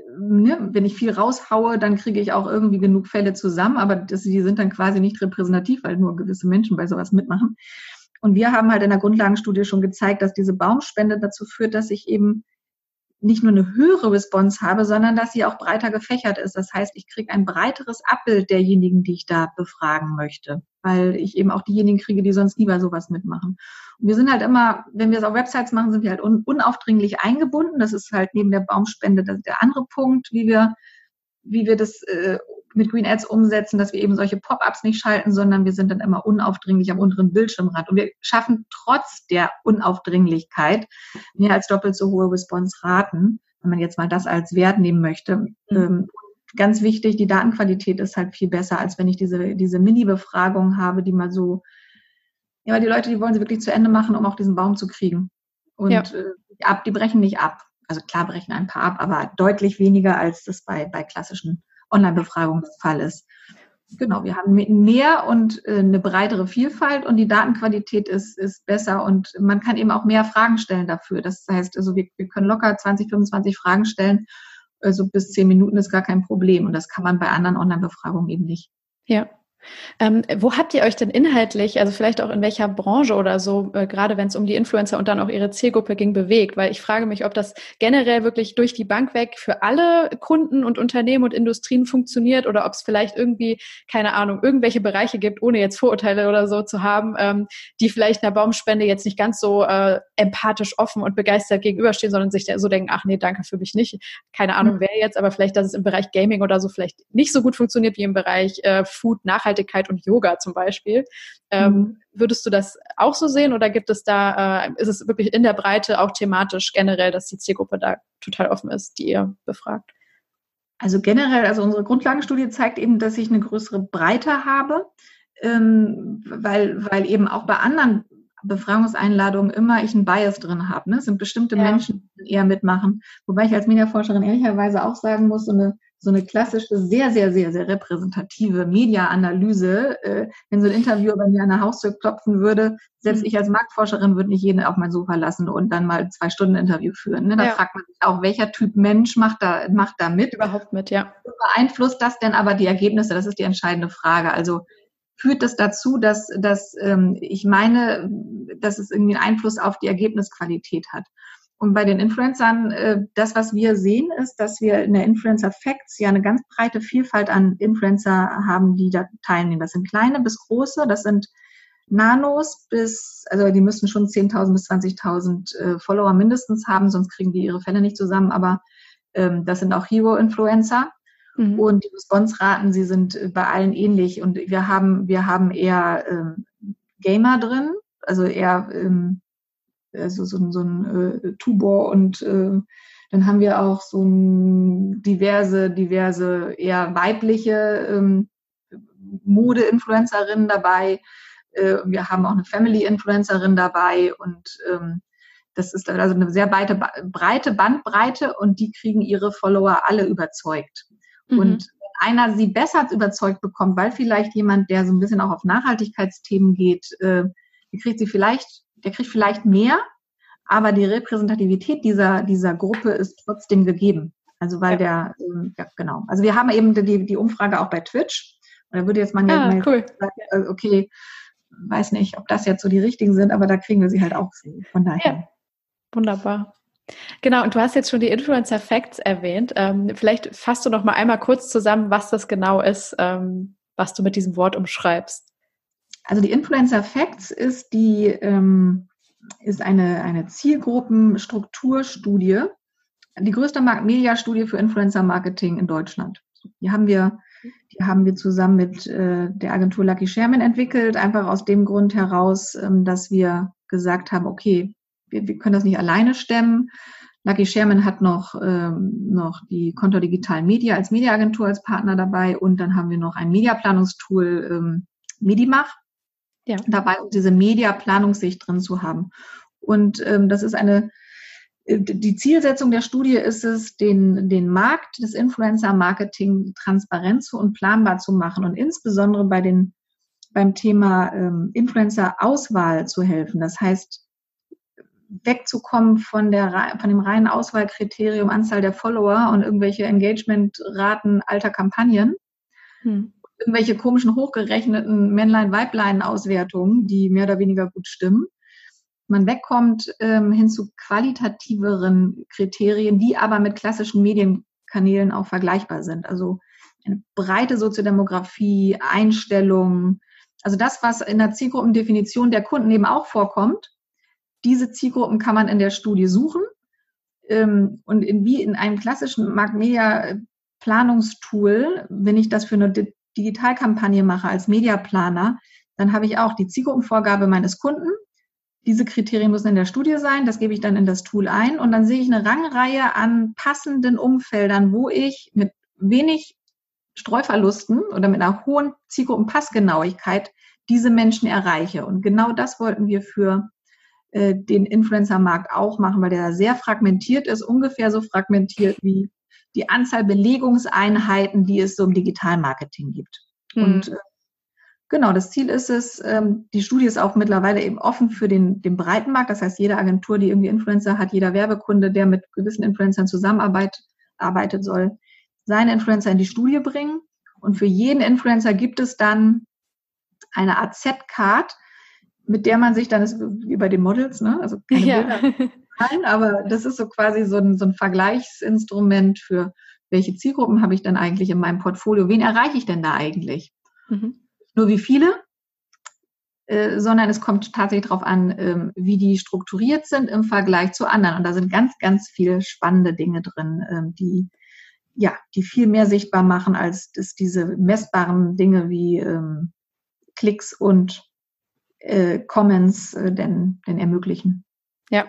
ne, wenn ich viel raushaue, dann kriege ich auch irgendwie genug Fälle zusammen, aber das, die sind dann quasi nicht repräsentativ, weil nur gewisse Menschen bei sowas mitmachen. Und wir haben halt in der Grundlagenstudie schon gezeigt, dass diese Baumspende dazu führt, dass ich eben nicht nur eine höhere Response habe, sondern dass sie auch breiter gefächert ist. Das heißt, ich kriege ein breiteres Abbild derjenigen, die ich da befragen möchte, weil ich eben auch diejenigen kriege, die sonst nie bei sowas mitmachen. Und wir sind halt immer, wenn wir es auf Websites machen, sind wir halt un- unaufdringlich eingebunden. Das ist halt neben der Baumspende das der andere Punkt, wie wir, wie wir das äh, mit Green Ads umsetzen, dass wir eben solche Pop-ups nicht schalten, sondern wir sind dann immer unaufdringlich am unteren Bildschirmrand. Und wir schaffen trotz der Unaufdringlichkeit mehr als doppelt so hohe Response-Raten, wenn man jetzt mal das als Wert nehmen möchte. Mhm. Ähm, ganz wichtig, die Datenqualität ist halt viel besser, als wenn ich diese, diese Mini-Befragung habe, die mal so, ja, weil die Leute, die wollen sie wirklich zu Ende machen, um auch diesen Baum zu kriegen. Und ja. äh, die, ab, die brechen nicht ab. Also klar brechen ein paar ab, aber deutlich weniger, als das bei, bei klassischen Online-Befragung der Fall ist. Genau, wir haben mehr und äh, eine breitere Vielfalt und die Datenqualität ist, ist besser und man kann eben auch mehr Fragen stellen dafür. Das heißt, also wir, wir können locker zwanzig, fünfundzwanzig Fragen stellen, also bis zehn Minuten ist gar kein Problem und das kann man bei anderen Online-Befragungen eben nicht. Ja. Ähm, wo habt ihr euch denn inhaltlich, also vielleicht auch in welcher Branche oder so, äh, gerade wenn es um die Influencer und dann auch ihre Zielgruppe ging, bewegt? Weil ich frage mich, ob das generell wirklich durch die Bank weg für alle Kunden und Unternehmen und Industrien funktioniert oder ob es vielleicht irgendwie, keine Ahnung, irgendwelche Bereiche gibt, ohne jetzt Vorurteile oder so zu haben, ähm, die vielleicht einer Baumspende jetzt nicht ganz so äh, empathisch offen und begeistert gegenüberstehen, sondern sich so denken, ach nee, danke für mich nicht. Keine Ahnung, mhm. wer jetzt, aber vielleicht, dass es im Bereich Gaming oder so vielleicht nicht so gut funktioniert wie im Bereich äh, Food, Nachhaltigkeit und Yoga zum Beispiel. Ähm, mhm. Würdest du das auch so sehen oder gibt es da, äh, ist es wirklich in der Breite auch thematisch generell, dass die Zielgruppe da total offen ist, die ihr befragt? Also generell, also unsere Grundlagenstudie zeigt eben, dass ich eine größere Breite habe, ähm, weil, weil eben auch bei anderen Befragungseinladungen immer ich einen Bias drin habe. Ne? Es sind bestimmte ja. Menschen, die eher mitmachen. Wobei ich als Mediaforscherin ehrlicherweise auch sagen muss, so eine so eine klassische, sehr, sehr, sehr, sehr repräsentative Media-Analyse, äh, wenn so ein Interviewer bei mir an der Haustür klopfen würde, selbst mhm. ich als Marktforscherin würde nicht jeden auf mein Sofa lassen und dann mal zwei Stunden Interview führen. Ne? Da ja. fragt man sich auch, welcher Typ Mensch macht da, macht da mit? Überhaupt mit, ja. Beeinflusst das denn aber die Ergebnisse? Das ist die entscheidende Frage. Also führt das dazu, dass, dass ähm, ich meine, dass es irgendwie einen Einfluss auf die Ergebnisqualität hat? Und bei den Influencern, äh, das, was wir sehen, ist, dass wir in der Influencer Facts ja eine ganz breite Vielfalt an Influencer haben, die da teilnehmen. Das sind kleine bis große, das sind Nanos bis, also die müssen schon zehntausend bis zwanzigtausend äh, Follower mindestens haben, sonst kriegen die ihre Fälle nicht zusammen. Aber Ähm, das sind auch Hero-Influencer. Mhm. Und die Response-Raten, sie sind bei allen ähnlich. Und wir haben, wir haben eher ähm, Gamer drin, also eher ähm, also so, so ein äh, Tubor und äh, dann haben wir auch so ein diverse, diverse eher weibliche ähm, Mode-Influencerinnen dabei. Äh, wir haben auch eine Family-Influencerin dabei und ähm, das ist also eine sehr breite, breite Bandbreite und die kriegen ihre Follower alle überzeugt. Mhm. Und wenn einer sie besser überzeugt bekommt, weil vielleicht jemand, der so ein bisschen auch auf Nachhaltigkeitsthemen geht, äh, die kriegt sie vielleicht, der kriegt vielleicht mehr, aber die Repräsentativität dieser, dieser Gruppe ist trotzdem gegeben. Also weil ja. der, ähm, ja genau. Also wir haben eben die, die Umfrage auch bei Twitch. Und da würde jetzt man ah, ja cool. sagen, okay, weiß nicht, ob das jetzt so die richtigen sind, aber da kriegen wir sie halt auch so. Von daher. Ja. Wunderbar. Genau, und du hast jetzt schon die Influencer Facts erwähnt. Ähm, vielleicht fasst du noch mal einmal kurz zusammen, was das genau ist, ähm, was du mit diesem Wort umschreibst. Also die Influencer Facts ist die ähm, ist eine, eine Zielgruppenstrukturstudie, die größte Media-Studie für Influencer-Marketing in Deutschland. Die haben wir, die haben wir zusammen mit äh, der Agentur Lucky Sherman entwickelt, einfach aus dem Grund heraus, ähm, dass wir gesagt haben, okay, wir, wir können das nicht alleine stemmen. Lucky Sherman hat noch, ähm, noch die Kontor Digital Media als Mediaagentur als Partner dabei und dann haben wir noch ein Mediaplanungstool ähm, Medimach ja. dabei, um diese Mediaplanungssicht drin zu haben. Und ähm, das ist eine, die Zielsetzung der Studie ist es, den, den Markt des Influencer-Marketing transparent zu und planbar zu machen und insbesondere bei den, beim Thema ähm, Influencer-Auswahl zu helfen. Das heißt, wegzukommen von der, von dem reinen Auswahlkriterium Anzahl der Follower und irgendwelche Engagement-Raten alter Kampagnen, hm. irgendwelche komischen hochgerechneten Männlein-Weiblein-Auswertungen, die mehr oder weniger gut stimmen. Man wegkommt ähm, hin zu qualitativeren Kriterien, die aber mit klassischen Medienkanälen auch vergleichbar sind. Also eine breite Soziodemografie, Einstellungen, also das, was in der Zielgruppendefinition der Kunden eben auch vorkommt. Diese Zielgruppen kann man in der Studie suchen. Ähm, und in, wie in einem klassischen Markt-Media-Planungstool, wenn ich das für eine D- Digitalkampagne mache als Mediaplaner, dann habe ich auch die Zielgruppenvorgabe meines Kunden. Diese Kriterien müssen in der Studie sein, das gebe ich dann in das Tool ein und dann sehe ich eine Rangreihe an passenden Umfeldern, wo ich mit wenig Streuverlusten oder mit einer hohen Zielgruppenpassgenauigkeit diese Menschen erreiche. Und genau das wollten wir für äh, den Influencer-Markt auch machen, weil der sehr fragmentiert ist, ungefähr so fragmentiert wie die Anzahl Belegungseinheiten, die es so im Digitalmarketing gibt. Hm. Und äh, Genau, das Ziel ist es, ähm, die Studie ist auch mittlerweile eben offen für den, den breiten Markt. Das heißt, jede Agentur, die irgendwie Influencer hat, jeder Werbekunde, der mit gewissen Influencern zusammenarbeitet, arbeitet, soll seine Influencer in die Studie bringen. Und für jeden Influencer gibt es dann eine Art Z-Card, mit der man sich dann, ist wie bei den Models, ne? Also keine ja. Bilder, aber das ist so quasi so ein, so ein Vergleichsinstrument für welche Zielgruppen habe ich denn eigentlich in meinem Portfolio? Wen erreiche ich denn da eigentlich? Mhm. Nur wie viele, äh, sondern es kommt tatsächlich darauf an, ähm, wie die strukturiert sind im Vergleich zu anderen. Und da sind ganz, ganz viele spannende Dinge drin, ähm, die, ja, die viel mehr sichtbar machen, als das, diese messbaren Dinge wie ähm, Klicks und äh, Comments äh, denn, denn ermöglichen. Ja.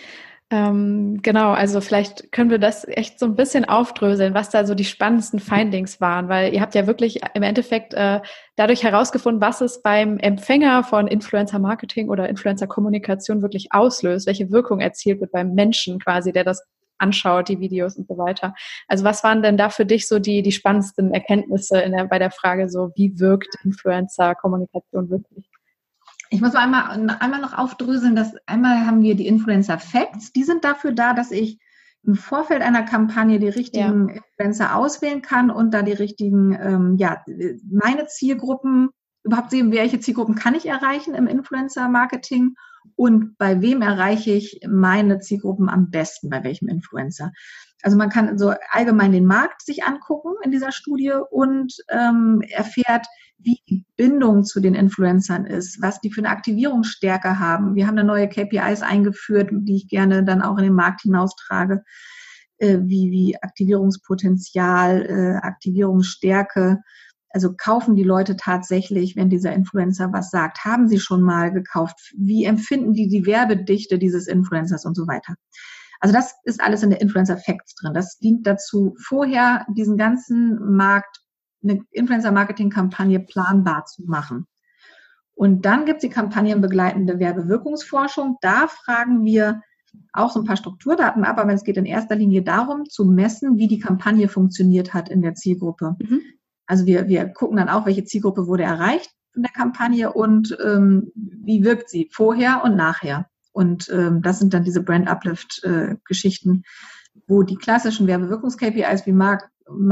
Ähm, genau, also vielleicht können wir das echt so ein bisschen aufdröseln, was da so die spannendsten Findings waren, weil ihr habt ja wirklich im Endeffekt äh, dadurch herausgefunden, was es beim Empfänger von Influencer-Marketing oder Influencer-Kommunikation wirklich auslöst, welche Wirkung erzielt wird beim Menschen quasi, der das anschaut, die Videos und so weiter. Also was waren denn da für dich so die, die spannendsten Erkenntnisse in der, bei der Frage so, wie wirkt Influencer-Kommunikation wirklich? Ich muss einmal, einmal noch aufdröseln, dass einmal haben wir die Influencer Facts, die sind dafür da, dass ich im Vorfeld einer Kampagne die richtigen ja. Influencer auswählen kann und da die richtigen, ähm, ja, meine Zielgruppen, überhaupt sehen, welche Zielgruppen kann ich erreichen im Influencer-Marketing und bei wem erreiche ich meine Zielgruppen am besten, bei welchem Influencer. Also man kann so allgemein den Markt sich angucken in dieser Studie und ähm, erfährt, wie die Bindung zu den Influencern ist, was die für eine Aktivierungsstärke haben. Wir haben da neue K P Is eingeführt, die ich gerne dann auch in den Markt hinaustrage. äh, wie, wie Aktivierungspotenzial, äh, Aktivierungsstärke. Also kaufen die Leute tatsächlich, wenn dieser Influencer was sagt? Haben sie schon mal gekauft? Wie empfinden die die Werbedichte dieses Influencers und so weiter? Also das ist alles in der Influencer Facts drin. Das dient dazu, vorher diesen ganzen Markt, eine Influencer-Marketing-Kampagne planbar zu machen. Und dann gibt es die kampagnenbegleitende Werbewirkungsforschung. Da fragen wir auch so ein paar Strukturdaten ab, aber es geht in erster Linie darum, zu messen, wie die Kampagne funktioniert hat in der Zielgruppe. Mhm. Also wir, wir gucken dann auch, welche Zielgruppe wurde erreicht in der Kampagne und ähm, wie wirkt sie vorher und nachher. Und ähm, das sind dann diese Brand-Uplift-Geschichten, äh, wo die klassischen Werbewirkungs-K P Is wie Mark-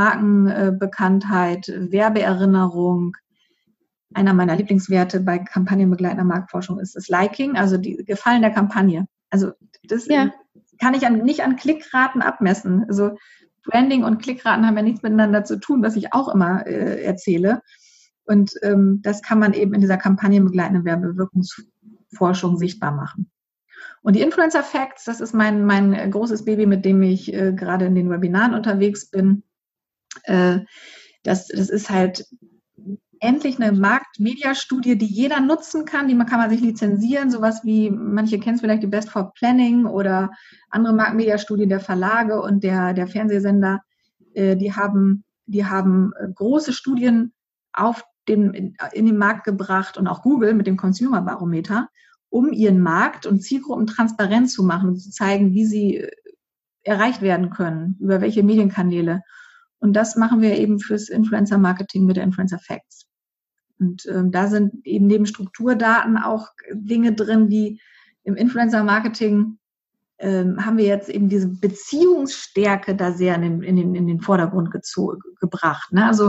Markenbekanntheit, äh, Werbeerinnerung, einer meiner Lieblingswerte bei kampagnenbegleitender Marktforschung ist das Liking, also die Gefallen der Kampagne. Also das ja. kann ich an, nicht an Klickraten abmessen. Also Branding und Klickraten haben ja nichts miteinander zu tun, was ich auch immer äh, erzähle. Und ähm, das kann man eben in dieser kampagnenbegleitenden Werbewirkungsforschung sichtbar machen. Und die Influencer Facts, das ist mein, mein großes Baby, mit dem ich äh, gerade in den Webinaren unterwegs bin. Äh, das, das ist halt endlich eine Markt-Media-Studie, die jeder nutzen kann, die man kann man sich lizenzieren, sowas wie, manche kennen es vielleicht, die Best for Planning oder andere Markt-Media-Studien der Verlage und der, der Fernsehsender, äh, die haben, die haben große Studien auf den, in, in den Markt gebracht und auch Google mit dem Consumer Barometer, um ihren Markt und Zielgruppen transparent zu machen und zu zeigen, wie sie erreicht werden können, über welche Medienkanäle. Und das machen wir eben fürs Influencer-Marketing mit der Influencer Facts. Und ähm, da sind eben neben Strukturdaten auch Dinge drin, wie im Influencer-Marketing ähm, haben wir jetzt eben diese Beziehungsstärke da sehr in den, in den, in den Vordergrund gezo- gebracht. Ne? Also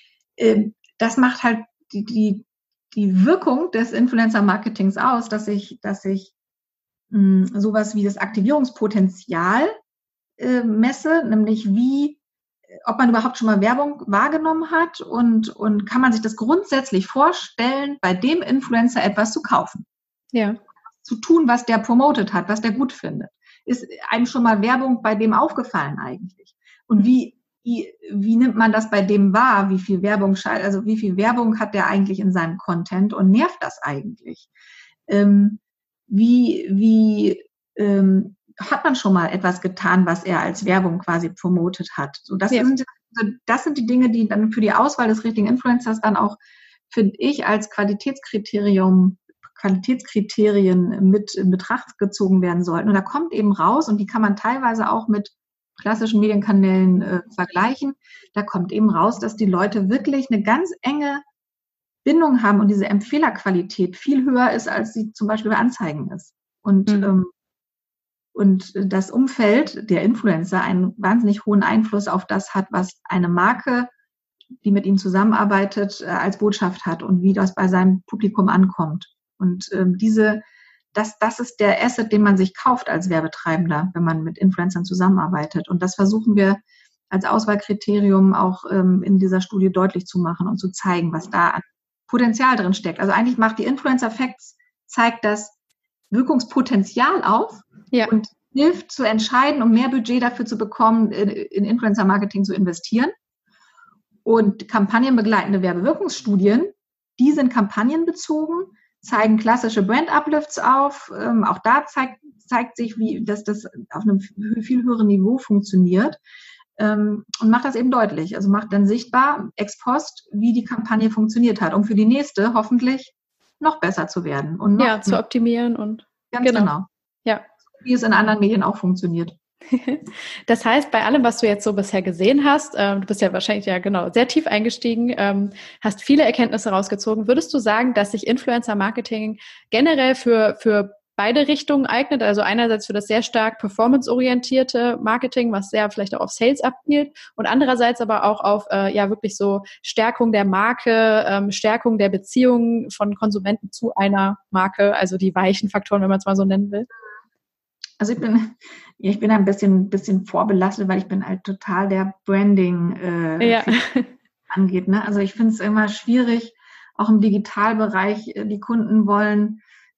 ähm, das macht halt die, die, die Wirkung des Influencer-Marketings aus, dass ich, dass ich mh, sowas wie das Aktivierungspotenzial äh, messe, nämlich wie ob man überhaupt schon mal Werbung wahrgenommen hat und, und kann man sich das grundsätzlich vorstellen, bei dem Influencer etwas zu kaufen. Ja. Zu tun, was der promotet hat, was der gut findet. Ist einem schon mal Werbung bei dem aufgefallen eigentlich? Und wie, wie, wie nimmt man das bei dem wahr? Wie viel Werbung, also wie viel Werbung hat der eigentlich in seinem Content und nervt das eigentlich? Ähm, wie, wie, ähm, hat man schon mal etwas getan, was er als Werbung quasi promotet hat. So, das, ja. sind, das sind die Dinge, die dann für die Auswahl des richtigen Influencers dann auch, finde ich, als Qualitätskriterium, Qualitätskriterien mit in Betracht gezogen werden sollten. Und da kommt eben raus, und die kann man teilweise auch mit klassischen Medienkanälen äh, vergleichen, da kommt eben raus, dass die Leute wirklich eine ganz enge Bindung haben und diese Empfehlerqualität viel höher ist, als sie zum Beispiel bei Anzeigen ist. Und mhm. ähm, Und das Umfeld der Influencer einen wahnsinnig hohen Einfluss auf das hat, was eine Marke, die mit ihm zusammenarbeitet, als Botschaft hat und wie das bei seinem Publikum ankommt. Und ähm, diese, das, das ist der Asset, den man sich kauft als Werbetreibender, wenn man mit Influencern zusammenarbeitet. Und das versuchen wir als Auswahlkriterium auch ähm, in dieser Studie deutlich zu machen und zu zeigen, was da an Potenzial drin steckt. Also eigentlich macht die Influencer Facts, zeigt das Wirkungspotenzial auf, ja. und hilft zu entscheiden, um mehr Budget dafür zu bekommen, in, in Influencer-Marketing zu investieren. Und kampagnenbegleitende Werbewirkungsstudien, die sind kampagnenbezogen, zeigen klassische Brand-Uplifts auf. Ähm, auch da zeigt, zeigt sich, wie, dass das auf einem viel höheren Niveau funktioniert. Ähm, und macht das eben deutlich. Also macht dann sichtbar, ex post, wie die Kampagne funktioniert hat, um für die nächste hoffentlich noch besser zu werden. Und noch ja, zu optimieren und ganz genau. genau. Ja. Wie es in anderen Medien auch funktioniert. Das heißt, bei allem, was du jetzt so bisher gesehen hast, äh, du bist ja wahrscheinlich ja genau sehr tief eingestiegen, ähm, hast viele Erkenntnisse rausgezogen. Würdest du sagen, dass sich Influencer-Marketing generell für, für beide Richtungen eignet? Also einerseits für das sehr stark performanceorientierte Marketing, was sehr vielleicht auch auf Sales abzielt, und andererseits aber auch auf äh, ja wirklich so Stärkung der Marke, ähm, Stärkung der Beziehungen von Konsumenten zu einer Marke, also die weichen Faktoren, wenn man es mal so nennen will? Also ich bin, ich bin ein bisschen, bisschen vorbelastet, weil ich bin halt total der Branding äh, ja. angeht. Ne? Also ich finde es immer schwierig, auch im Digitalbereich, die Kunden wollen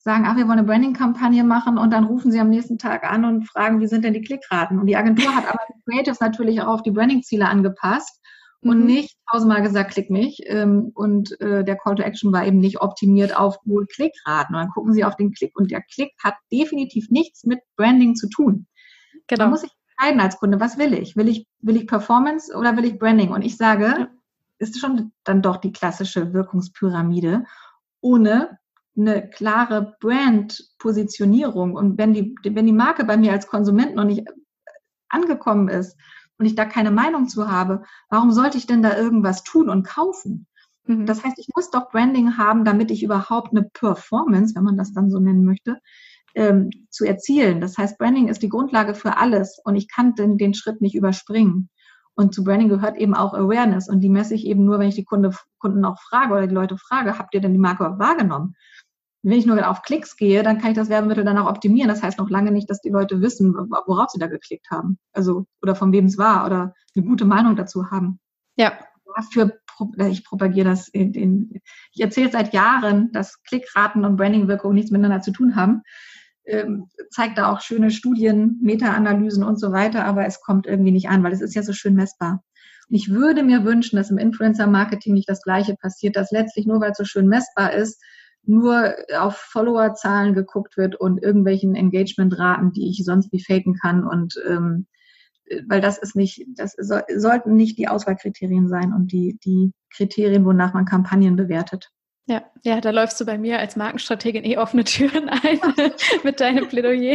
sagen, ach, wir wollen eine Branding-Kampagne machen und dann rufen sie am nächsten Tag an und fragen, wie sind denn die Klickraten? Und die Agentur hat aber die Creatives natürlich auch auf die Branding-Ziele angepasst und mhm. nicht tausendmal gesagt, klick mich. Und äh, der Call to Action war eben nicht optimiert auf hohe Klickraten. Und dann gucken sie auf den Klick und der Klick hat definitiv nichts mit Branding zu tun. Genau. Man muss sich entscheiden als Kunde, was will ich? Will ich, will ich Performance oder will ich Branding? Und ich sage, ja. ist schon dann doch die klassische Wirkungspyramide ohne eine klare Brand-Positionierung. Und wenn die, wenn die Marke bei mir als Konsument noch nicht angekommen ist und ich da keine Meinung zu habe, warum sollte ich denn da irgendwas tun und kaufen? Mhm. Das heißt, ich muss doch Branding haben, damit ich überhaupt eine Performance, wenn man das dann so nennen möchte, ähm, zu erzielen. Das heißt, Branding ist die Grundlage für alles und ich kann den, den Schritt nicht überspringen. Und zu Branding gehört eben auch Awareness und die messe ich eben nur, wenn ich die Kunde, Kunden auch frage oder die Leute frage, habt ihr denn die Marke wahrgenommen? Wenn ich nur auf Klicks gehe, dann kann ich das Werbemittel dann auch optimieren. Das heißt noch lange nicht, dass die Leute wissen, worauf sie da geklickt haben. Also, oder von wem es war oder eine gute Meinung dazu haben. Ja. Dafür, ich propagiere das in, in ich erzähle seit Jahren, dass Klickraten und Brandingwirkung nichts miteinander zu tun haben. Ähm, zeigt da auch schöne Studien, Meta-Analysen und so weiter, aber es kommt irgendwie nicht an, weil es ist ja so schön messbar. Und ich würde mir wünschen, dass im Influencer-Marketing nicht das Gleiche passiert, dass letztlich nur, weil es so schön messbar ist, nur auf Followerzahlen geguckt wird und irgendwelchen Engagementraten, die ich sonst wie faken kann und ähm, weil das ist nicht, das so, sollten nicht die Auswahlkriterien sein und die, die Kriterien, wonach man Kampagnen bewertet. Ja, ja, da läufst du bei mir als Markenstrategin eh offene Türen ein mit deinem Plädoyer.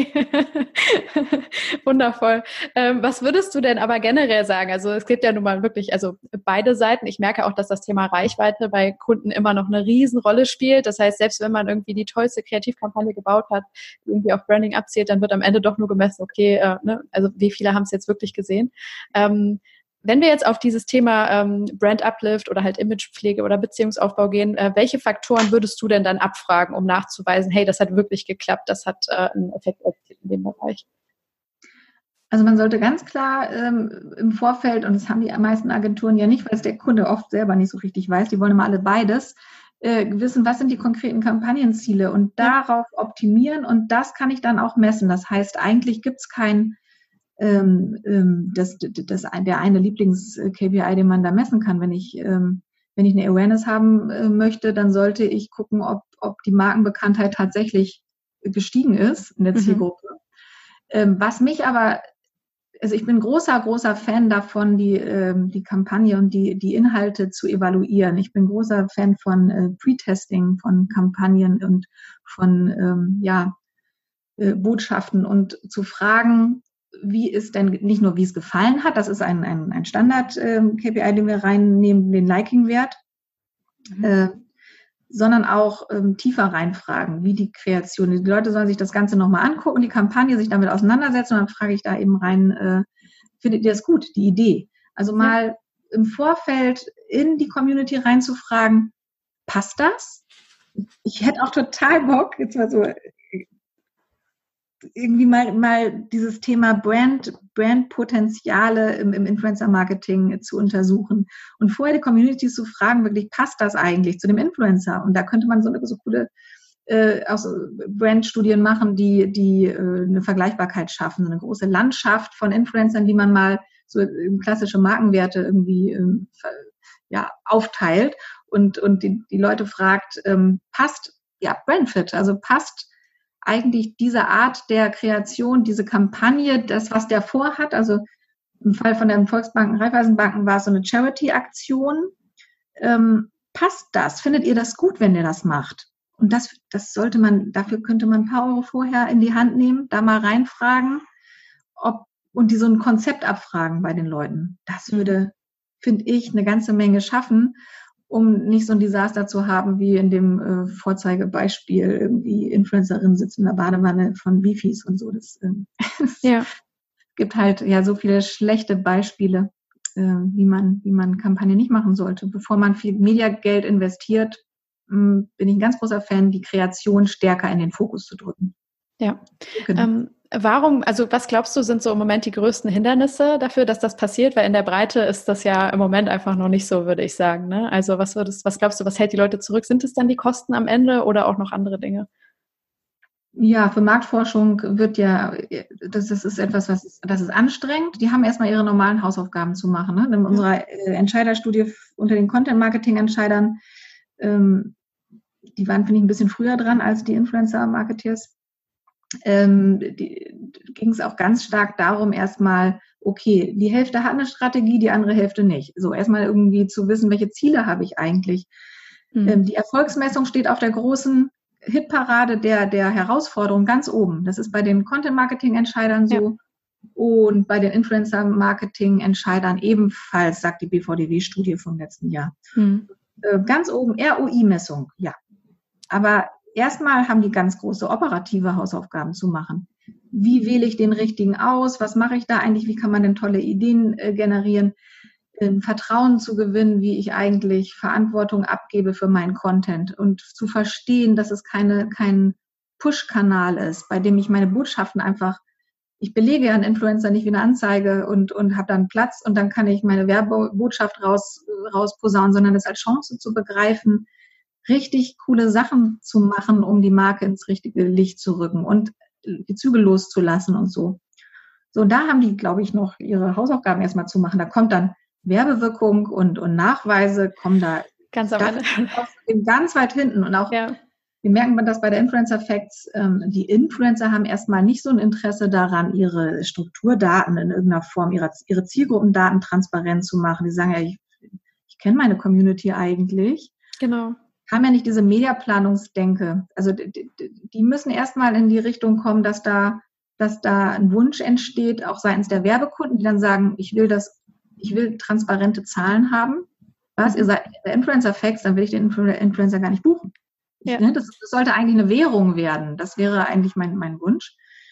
Wundervoll. Ähm, was würdest du denn aber generell sagen? Also es gibt ja nun mal wirklich, also beide Seiten. Ich merke auch, dass das Thema Reichweite bei Kunden immer noch eine Riesenrolle spielt. Das heißt, selbst wenn man irgendwie die tollste Kreativkampagne gebaut hat, die irgendwie auf Branding abzielt, dann wird am Ende doch nur gemessen, okay, äh, ne, also wie viele haben es jetzt wirklich gesehen? Ähm, Wenn wir jetzt auf dieses Thema ähm, Brand Uplift oder halt Imagepflege oder Beziehungsaufbau gehen, äh, welche Faktoren würdest du denn dann abfragen, um nachzuweisen, hey, das hat wirklich geklappt, das hat äh, einen Effekt erzielt in dem Bereich? Also man sollte ganz klar ähm, im Vorfeld, und das haben die meisten Agenturen ja nicht, weil es der Kunde oft selber nicht so richtig weiß, die wollen immer alle beides, äh, wissen, was sind die konkreten Kampagnenziele und ja. darauf optimieren und das kann ich dann auch messen. Das heißt, eigentlich gibt es kein Ähm, ähm, das, das, der eine Lieblings-K P I, den man da messen kann. Wenn ich, ähm, wenn ich eine Awareness haben äh, möchte, dann sollte ich gucken, ob, ob die Markenbekanntheit tatsächlich gestiegen ist in der mhm. Zielgruppe. Ähm, was mich aber, also ich bin großer, großer Fan davon, die, ähm, die Kampagne und die, die Inhalte zu evaluieren. Ich bin großer Fan von äh, Pre-Testing, von Kampagnen und von ähm, ja, äh, Botschaften und zu fragen, wie ist denn nicht nur, wie es gefallen hat, das ist ein, ein, ein Standard-K P I, den wir reinnehmen, den Liking-Wert, mhm. äh, sondern auch ähm, tiefer reinfragen, wie die Kreation, die Leute sollen sich das Ganze nochmal angucken, die Kampagne sich damit auseinandersetzen und dann frage ich da eben rein, äh, findet ihr das gut, die Idee? Also mal ja. im Vorfeld in die Community reinzufragen, passt das? Ich hätte auch total Bock, jetzt mal so irgendwie mal, mal dieses Thema Brand, Brandpotenziale im, im Influencer-Marketing zu untersuchen und vorher die Community zu fragen, wirklich, passt das eigentlich zu dem Influencer? Und da könnte man so eine so coole äh, auch so Brandstudien machen, die, die äh, eine Vergleichbarkeit schaffen, so eine große Landschaft von Influencern, die man mal so in klassische Markenwerte irgendwie ähm, ja, aufteilt und, und die, die Leute fragt, ähm, passt, ja, Brandfit, also passt eigentlich diese Art der Kreation, diese Kampagne, das, was der vorhat, also im Fall von den Volksbanken, Raiffeisenbanken war es so eine Charity-Aktion. Ähm, passt das? Findet ihr das gut, wenn ihr das macht? Und das, das sollte man, dafür könnte man ein paar Euro vorher in die Hand nehmen, da mal reinfragen, ob, und die so ein Konzept abfragen bei den Leuten. Das würde, finde ich, eine ganze Menge schaffen, um nicht so ein Desaster zu haben, wie in dem äh, Vorzeigebeispiel, irgendwie Influencerinnen sitzen in der Badewanne von Wifis und so. Das äh, ja. gibt halt ja so viele schlechte Beispiele, äh, wie man, wie man Kampagnen nicht machen sollte. Bevor man viel Mediageld investiert, mh, bin ich ein ganz großer Fan, die Kreation stärker in den Fokus zu drücken. Ja. Genau. Ähm, warum, also was glaubst du, sind so im Moment die größten Hindernisse dafür, dass das passiert? Weil in der Breite ist das ja im Moment einfach noch nicht so, würde ich sagen. Ne? Also was würdest, was glaubst du, was hält die Leute zurück? Sind es dann die Kosten am Ende oder auch noch andere Dinge? Ja, für Marktforschung wird ja, das, das ist etwas, was ist, das ist anstrengend. Die haben erstmal ihre normalen Hausaufgaben zu machen. Ne? In unserer äh, Entscheiderstudie unter den Content-Marketing-Entscheidern, ähm, die waren, finde ich, ein bisschen früher dran als die Influencer-Marketeers, ähm, ging es auch ganz stark darum, erstmal, okay, die Hälfte hat eine Strategie, die andere Hälfte nicht. So, erstmal irgendwie zu wissen, welche Ziele habe ich eigentlich. Mhm. Ähm, die Erfolgsmessung steht auf der großen Hitparade der, der Herausforderung ganz oben. Das ist bei den Content-Marketing-Entscheidern so. Ja. Und bei den Influencer-Marketing-Entscheidern ebenfalls, sagt die B V D W-Studie vom letzten Jahr. Mhm. Äh, ganz oben R O I-Messung, ja. Aber erstmal haben die ganz große operative Hausaufgaben zu machen. Wie wähle ich den richtigen aus? Was mache ich da eigentlich? Wie kann man denn tolle Ideen äh, generieren? Ähm, Vertrauen zu gewinnen, wie ich eigentlich Verantwortung abgebe für meinen Content und zu verstehen, dass es keine, kein Push-Kanal ist, bei dem ich meine Botschaften einfach, ich belege ja einen Influencer nicht wie eine Anzeige und, und habe dann Platz und dann kann ich meine Werbebotschaft raus, rausposaunen, sondern das als Chance zu begreifen, richtig coole Sachen zu machen, um die Marke ins richtige Licht zu rücken und die Zügel loszulassen und so. So, und da haben die, glaube ich, noch ihre Hausaufgaben erstmal zu machen. Da kommt dann Werbewirkung und, und Nachweise, kommen da ganz am Ende. Ganz weit hinten. Und auch, ja. wir merken das bei der Influencer Facts, ähm, die Influencer haben erstmal nicht so ein Interesse daran, ihre Strukturdaten in irgendeiner Form, ihre, ihre Zielgruppendaten transparent zu machen. Die sagen ja, ich, ich kenne meine Community eigentlich. Genau. Haben ja nicht diese Mediaplanungsdenke. Also die, die müssen erstmal in die Richtung kommen, dass da, dass da ein Wunsch entsteht, auch seitens der Werbekunden, die dann sagen, ich will das, ich will transparente Zahlen haben. Was? Ihr seid der Influencer Facts, dann will ich den Influencer gar nicht buchen. Ich, ja. ne, das, das sollte eigentlich eine Währung werden. Das wäre eigentlich mein, mein Wunsch.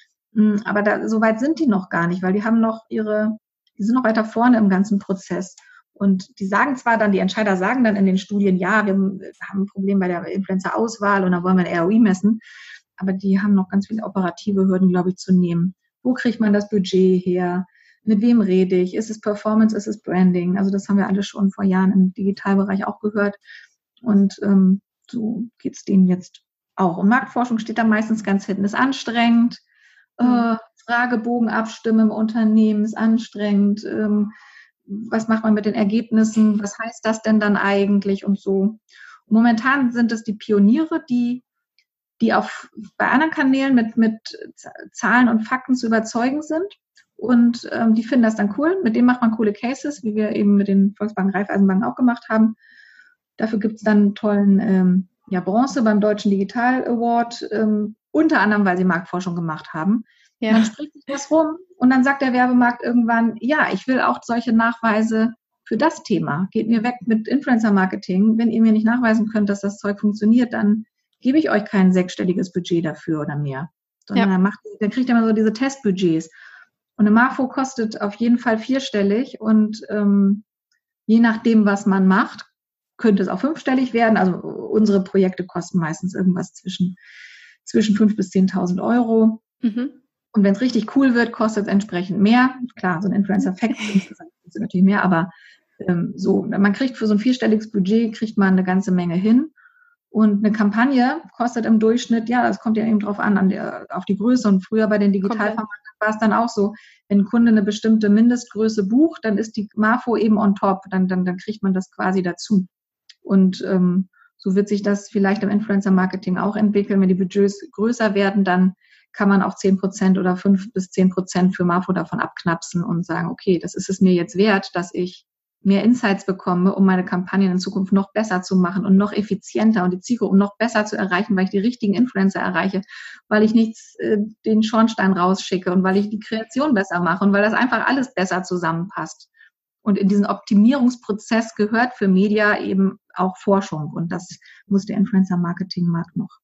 Aber da, so weit sind die noch gar nicht, weil die haben noch ihre, die sind noch weiter vorne im ganzen Prozess. Und die sagen zwar dann, die Entscheider sagen dann in den Studien, ja, wir haben ein Problem bei der Influencer-Auswahl und da wollen wir ein R O I messen, aber die haben noch ganz viele operative Hürden, glaube ich, zu nehmen. Wo kriegt man das Budget her? Mit wem rede ich? Ist es Performance, ist es Branding? Also das haben wir alle schon vor Jahren im Digitalbereich auch gehört. Und ähm, so geht es denen jetzt auch. Und Marktforschung steht da meistens ganz hinten. Ist anstrengend. Mhm. Äh, Fragebogen abstimmen im Unternehmen ist anstrengend. Ähm, was macht man mit den Ergebnissen? Was heißt das denn dann eigentlich und so? Momentan sind es die Pioniere, die, die auf, bei anderen Kanälen mit, mit Zahlen und Fakten zu überzeugen sind. Und ähm, die finden das dann cool. Mit denen macht man coole Cases, wie wir eben mit den Volksbanken Raiffeisenbanken auch gemacht haben. Dafür gibt es dann einen tollen ähm, ja, Bronze beim Deutschen Digital Award, ähm, unter anderem, weil sie Marktforschung gemacht haben. Ja. Und dann spricht sich das rum und dann sagt der Werbemarkt irgendwann, ja, ich will auch solche Nachweise für das Thema. Geht mir weg mit Influencer-Marketing. Wenn ihr mir nicht nachweisen könnt, dass das Zeug funktioniert, dann gebe ich euch kein sechsstelliges Budget dafür oder mehr. Sondern ja. dann, macht, dann kriegt ihr mal so diese Testbudgets. Und eine Marfo kostet auf jeden Fall vierstellig und ähm, je nachdem, was man macht, könnte es auch fünfstellig werden. Also unsere Projekte kosten meistens irgendwas zwischen, zwischen fünftausend bis zehntausend Euro. Mhm. Und wenn es richtig cool wird, kostet es entsprechend mehr. Klar, so ein Influencer-Fact insgesamt ist natürlich mehr, aber ähm, so, man kriegt für so ein vierstelliges Budget, kriegt man eine ganze Menge hin. Und eine Kampagne kostet im Durchschnitt, ja, das kommt ja eben drauf an, an der, auf die Größe. Und früher bei den Digitalvermarktern war es dann auch so, wenn ein Kunde eine bestimmte Mindestgröße bucht, dann ist die Marfo eben on top, dann, dann, dann kriegt man das quasi dazu. Und ähm, so wird sich das vielleicht im Influencer-Marketing auch entwickeln. Wenn die Budgets größer werden, dann kann man auch zehn Prozent oder fünf bis zehn Prozent für Marfo davon abknapsen und sagen, okay, das ist es mir jetzt wert, dass ich mehr Insights bekomme, um meine Kampagnen in Zukunft noch besser zu machen und noch effizienter und die Zielgruppe noch besser zu erreichen, weil ich die richtigen Influencer erreiche, weil ich nicht äh, den Schornstein rausschicke und weil ich die Kreation besser mache und weil das einfach alles besser zusammenpasst. Und in diesen Optimierungsprozess gehört für Media eben auch Forschung und das muss der Influencer-Marketing-Markt noch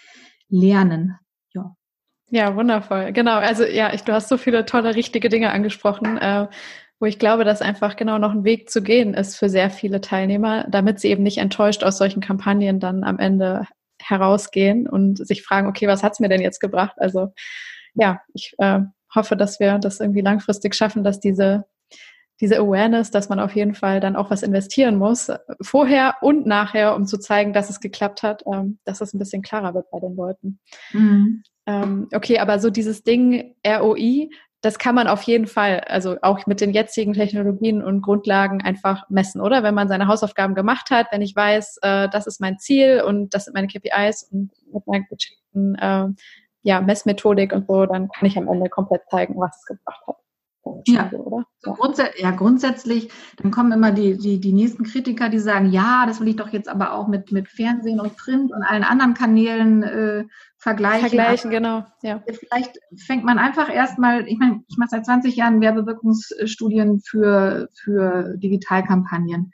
lernen. Ja. Ja, wundervoll. Genau, also ja, ich, du hast so viele tolle, richtige Dinge angesprochen, äh, wo ich glaube, dass einfach genau noch ein Weg zu gehen ist für sehr viele Teilnehmer, damit sie eben nicht enttäuscht aus solchen Kampagnen dann am Ende herausgehen und sich fragen, okay, was hat's mir denn jetzt gebracht? Also ja, ich äh, hoffe, dass wir das irgendwie langfristig schaffen, dass diese diese Awareness, dass man auf jeden Fall dann auch was investieren muss, vorher und nachher, um zu zeigen, dass es geklappt hat, ähm, dass es ein bisschen klarer wird bei den Leuten. Mhm. Ähm, okay, aber so dieses Ding R O I, das kann man auf jeden Fall, also auch mit den jetzigen Technologien und Grundlagen einfach messen, oder? Wenn man seine Hausaufgaben gemacht hat, wenn ich weiß, äh, das ist mein Ziel und das sind meine K P Is und mit meiner geschickten äh, ja, Messmethodik und so, dann kann ich am Ende komplett zeigen, was es gebracht hat. Ja. So, oder? So grundsä- ja, grundsätzlich, dann kommen immer die, die, die nächsten Kritiker, die sagen, ja, das will ich doch jetzt aber auch mit, mit Fernsehen und Print und allen anderen Kanälen äh, vergleichen. Vergleichen, aber genau. Ja. Vielleicht fängt man einfach erstmal, ich meine, ich mache seit zwanzig Jahren Werbewirkungsstudien für, für Digitalkampagnen.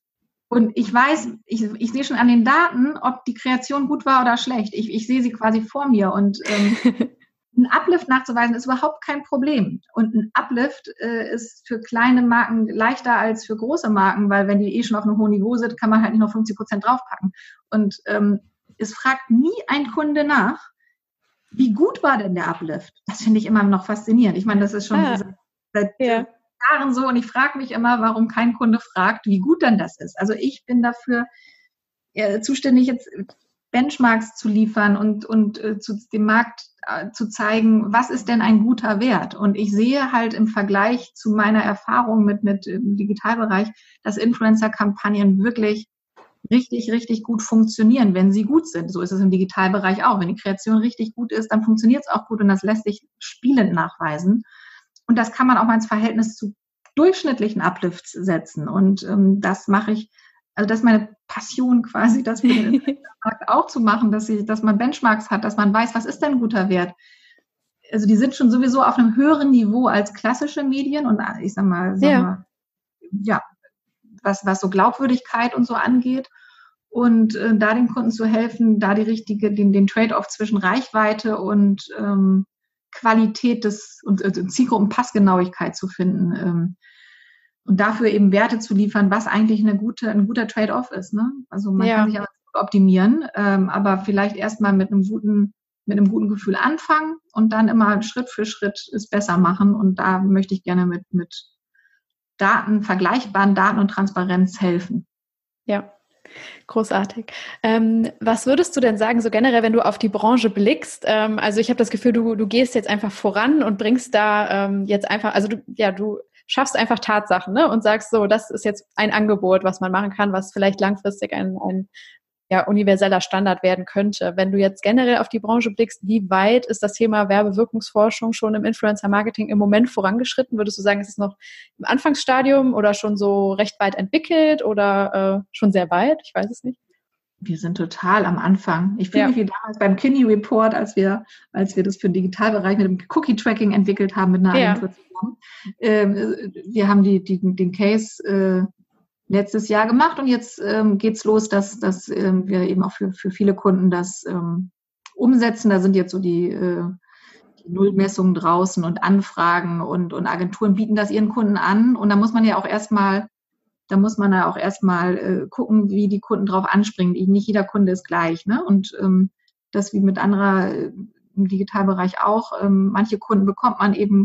Und ich weiß, ich, ich sehe schon an den Daten, ob die Kreation gut war oder schlecht. Ich, ich sehe sie quasi vor mir und ähm, ein Uplift nachzuweisen ist überhaupt kein Problem. Und ein Uplift äh, ist für kleine Marken leichter als für große Marken, weil wenn die eh schon auf einem hohen Niveau sind, kann man halt nicht noch fünfzig Prozent draufpacken. Und ähm, es fragt nie ein Kunde nach, wie gut war denn der Uplift? Das finde ich immer noch faszinierend. Ich meine, das ist schon ah, seit, seit ja. Jahren so und ich frage mich immer, warum kein Kunde fragt, wie gut denn das ist. Also ich bin dafür äh, zuständig, jetzt Benchmarks zu liefern und, und äh, zu dem Markt äh, zu zeigen, was ist denn ein guter Wert? Und ich sehe halt im Vergleich zu meiner Erfahrung mit, mit im Digitalbereich, dass Influencer-Kampagnen wirklich richtig, richtig gut funktionieren, wenn sie gut sind. So ist es im Digitalbereich auch. Wenn die Kreation richtig gut ist, dann funktioniert es auch gut und das lässt sich spielend nachweisen. Und das kann man auch mal ins Verhältnis zu durchschnittlichen Uplifts setzen. Und ähm, das mache ich, also das ist meine Passion quasi, das für den Markt auch zu machen, dass, ich, dass man Benchmarks hat, dass man weiß, was ist denn ein guter Wert. Also die sind schon sowieso auf einem höheren Niveau als klassische Medien und ich sag mal, sag ja, mal ja was, was so Glaubwürdigkeit und so angeht. Und äh, da den Kunden zu helfen, da die richtige, den, den Trade-off zwischen Reichweite und ähm, Qualität des und äh, Zielgruppenpassgenauigkeit zu finden ähm, und dafür eben Werte zu liefern, was eigentlich eine gute, ein guter Trade-off ist. Ne? Also man ja. kann sich aber optimieren, ähm, aber vielleicht erstmal mit einem guten, mit einem guten Gefühl anfangen und dann immer Schritt für Schritt es besser machen. Und da möchte ich gerne mit, mit Daten, vergleichbaren Daten und Transparenz helfen. Ja. Großartig. Ähm, was würdest du denn sagen, so generell, wenn du auf die Branche blickst? Ähm, also ich habe das Gefühl, du, du gehst jetzt einfach voran und bringst da ähm, jetzt einfach, also du, ja, du schaffst einfach Tatsachen, ne? Und sagst so, das ist jetzt ein Angebot, was man machen kann, was vielleicht langfristig ein, ein ja, universeller Standard werden könnte. Wenn du jetzt generell auf die Branche blickst, wie weit ist das Thema Werbewirkungsforschung schon im Influencer-Marketing im Moment vorangeschritten? Würdest du sagen, es ist noch im Anfangsstadium oder schon so recht weit entwickelt oder äh, schon sehr weit? Ich weiß es nicht. Wir sind total am Anfang. Ich fühle ja. mich wie damals beim Kinney Report, als wir, als wir das für den Digitalbereich mit dem Cookie-Tracking entwickelt haben mit einer Agentur ja. zusammen. Ähm, wir haben die, die, den Case äh, letztes Jahr gemacht und jetzt ähm, geht's los, dass, dass ähm, wir eben auch für, für viele Kunden das ähm, umsetzen. Da sind jetzt so die, äh, die Nullmessungen draußen und Anfragen und, und Agenturen bieten das ihren Kunden an. Und da muss man ja auch erstmal, da muss man ja auch erstmal äh, gucken, wie die Kunden drauf anspringen. Nicht jeder Kunde ist gleich, ne? Und ähm, das wie mit anderer äh, im Digitalbereich auch. Ähm, manche Kunden bekommt man eben,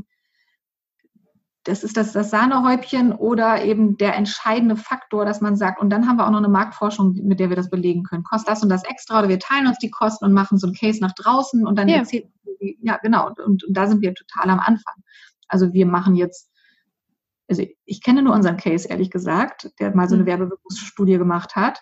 das ist das, das Sahnehäubchen oder eben der entscheidende Faktor, dass man sagt, und dann haben wir auch noch eine Marktforschung, mit der wir das belegen können. Kostet das und das extra oder wir teilen uns die Kosten und machen so einen Case nach draußen und dann ja. erzählt, ja genau, und, und da sind wir total am Anfang. Also wir machen jetzt, also ich kenne nur unseren Case, ehrlich gesagt, der mal so eine Werbewirkungsstudie gemacht hat.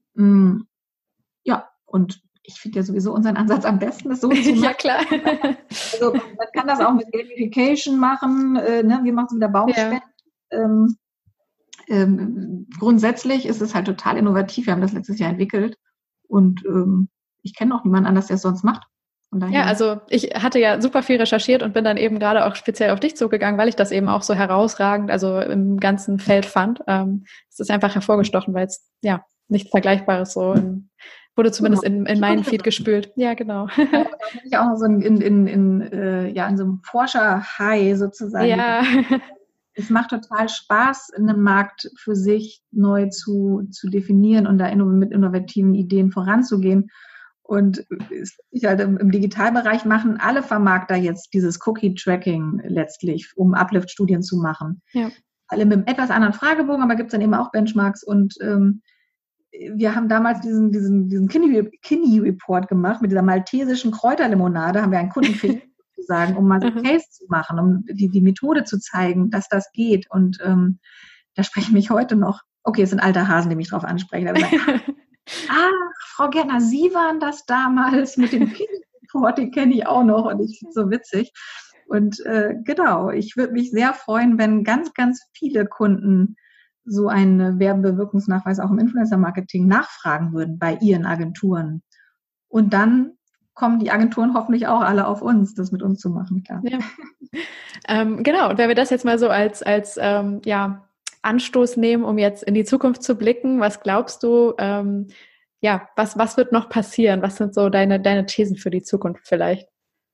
Ja, und ich finde ja sowieso unseren Ansatz am besten, das so zu machen. Ja, klar. Also man kann das auch mit Gamification machen. Äh, ne? Wir machen es mit der Baumspende. Ja. Ähm, ähm, grundsätzlich ist es halt total innovativ. Wir haben das letztes Jahr entwickelt und ähm, ich kenne auch niemanden anders, der es sonst macht. Von daher. Ja, also ich hatte ja super viel recherchiert und bin dann eben gerade auch speziell auf dich zugegangen, weil ich das eben auch so herausragend, also im ganzen Feld fand. Ähm, es ist einfach hervorgestochen, weil es ja nichts Vergleichbares so in, wurde zumindest genau. in, in meinen Feed gespült. Ja, genau. Ja, da bin ich auch noch so in, in, in, in, äh, ja, in so einem Forscher-High sozusagen. Ja. Es macht total Spaß, einen Markt für sich neu zu, zu definieren und da mit innovativen Ideen voranzugehen. Und ich halt im, im Digitalbereich machen alle Vermarkter jetzt dieses Cookie-Tracking letztlich, um Uplift-Studien zu machen. Ja. Alle mit einem etwas anderen Fragebogen, aber gibt es dann eben auch Benchmarks und ähm, wir haben damals diesen, diesen, diesen Kinney-Report gemacht mit dieser maltesischen Kräuterlimonade, haben wir einen Kunden für sagen, um mal so einen Case zu machen, um die, die Methode zu zeigen, dass das geht. Und ähm, da sprechen mich heute noch, okay, es sind alte Hasen, die mich drauf ansprechen, aber sagen, ah, Frau Gärtner, Sie waren das damals mit dem Kinney-Report, den kenne ich auch noch und ich finde es so witzig. Und äh, genau, ich würde mich sehr freuen, wenn ganz, ganz viele Kunden so einen Werbewirkungsnachweis auch im Influencer-Marketing nachfragen würden bei ihren Agenturen. Und dann kommen die Agenturen hoffentlich auch alle auf uns, das mit uns zu machen, klar. Ja. ähm, genau, und wenn wir das jetzt mal so als, als ähm, ja, Anstoß nehmen, um jetzt in die Zukunft zu blicken, was glaubst du, ähm, ja, was, was wird noch passieren? Was sind so deine, deine Thesen für die Zukunft vielleicht?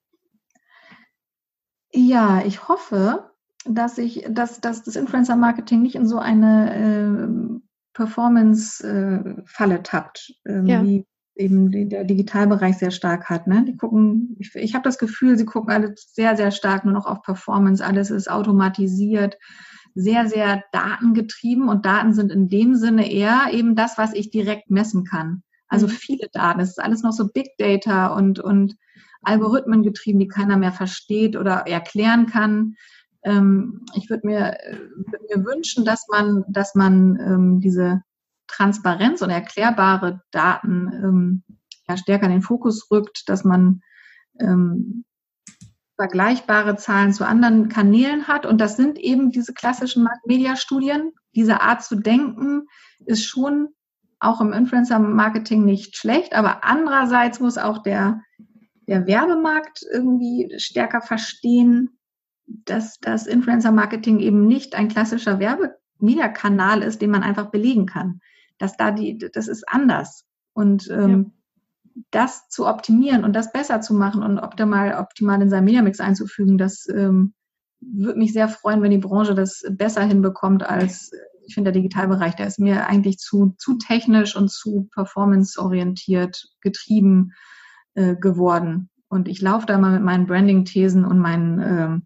Ja, ich hoffe, dass ich, dass, dass das Influencer-Marketing nicht in so eine äh, Performance-Falle äh, tappt, äh, ja. wie eben der Digitalbereich sehr stark hat. Ne? Die gucken, ich, ich habe das Gefühl, sie gucken alle sehr, sehr stark nur noch auf Performance. Alles ist automatisiert, sehr, sehr datengetrieben und Daten sind in dem Sinne eher eben das, was ich direkt messen kann. Also mhm. viele Daten. Es ist alles noch so Big Data und, und Algorithmen getrieben, die keiner mehr versteht oder erklären kann. Ähm, ich würde mir, würd mir wünschen, dass man, dass man ähm, diese Transparenz und erklärbare Daten ähm, ja, stärker in den Fokus rückt, dass man ähm, vergleichbare Zahlen zu anderen Kanälen hat. Und das sind eben diese klassischen Markt-Media-Studien. Diese Art zu denken ist schon auch im Influencer-Marketing nicht schlecht, aber andererseits muss auch der, der Werbemarkt irgendwie stärker verstehen, dass das Influencer-Marketing eben nicht ein klassischer Werbe-Media-Kanal ist, den man einfach belegen kann. Dass da die, das ist anders. Und ähm, ja. das zu optimieren und das besser zu machen und optimal, optimal in seinen Media-Mix einzufügen, das ähm, würde mich sehr freuen, wenn die Branche das besser hinbekommt als, ich finde, der Digitalbereich, der ist mir eigentlich zu, zu technisch und zu performance-orientiert getrieben äh, geworden. Und ich laufe da mal mit meinen Branding-Thesen und meinen ähm,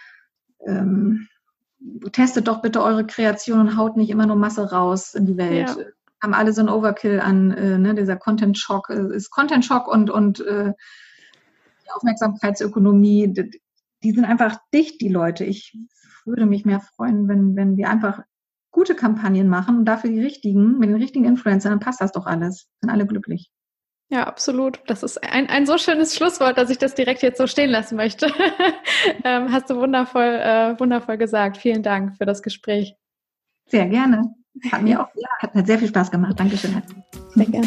ähm, testet doch bitte eure Kreation und haut nicht immer nur Masse raus in die Welt. Ja. Haben alle so einen Overkill an, äh, ne, dieser Content-Schock, äh, ist Content-Schock und, und äh, die Aufmerksamkeitsökonomie, die, die sind einfach dicht, die Leute. Ich würde mich mehr freuen, wenn, wenn wir einfach gute Kampagnen machen und dafür die richtigen, mit den richtigen Influencern, dann passt das doch alles. Sind alle glücklich. Ja, absolut. Das ist ein, ein so schönes Schlusswort, dass ich das direkt jetzt so stehen lassen möchte. ähm, hast du wundervoll, äh, wundervoll gesagt. Vielen Dank für das Gespräch. Sehr gerne. Hat mir auch ja, hat, hat sehr viel Spaß gemacht. Dankeschön. Sehr gerne.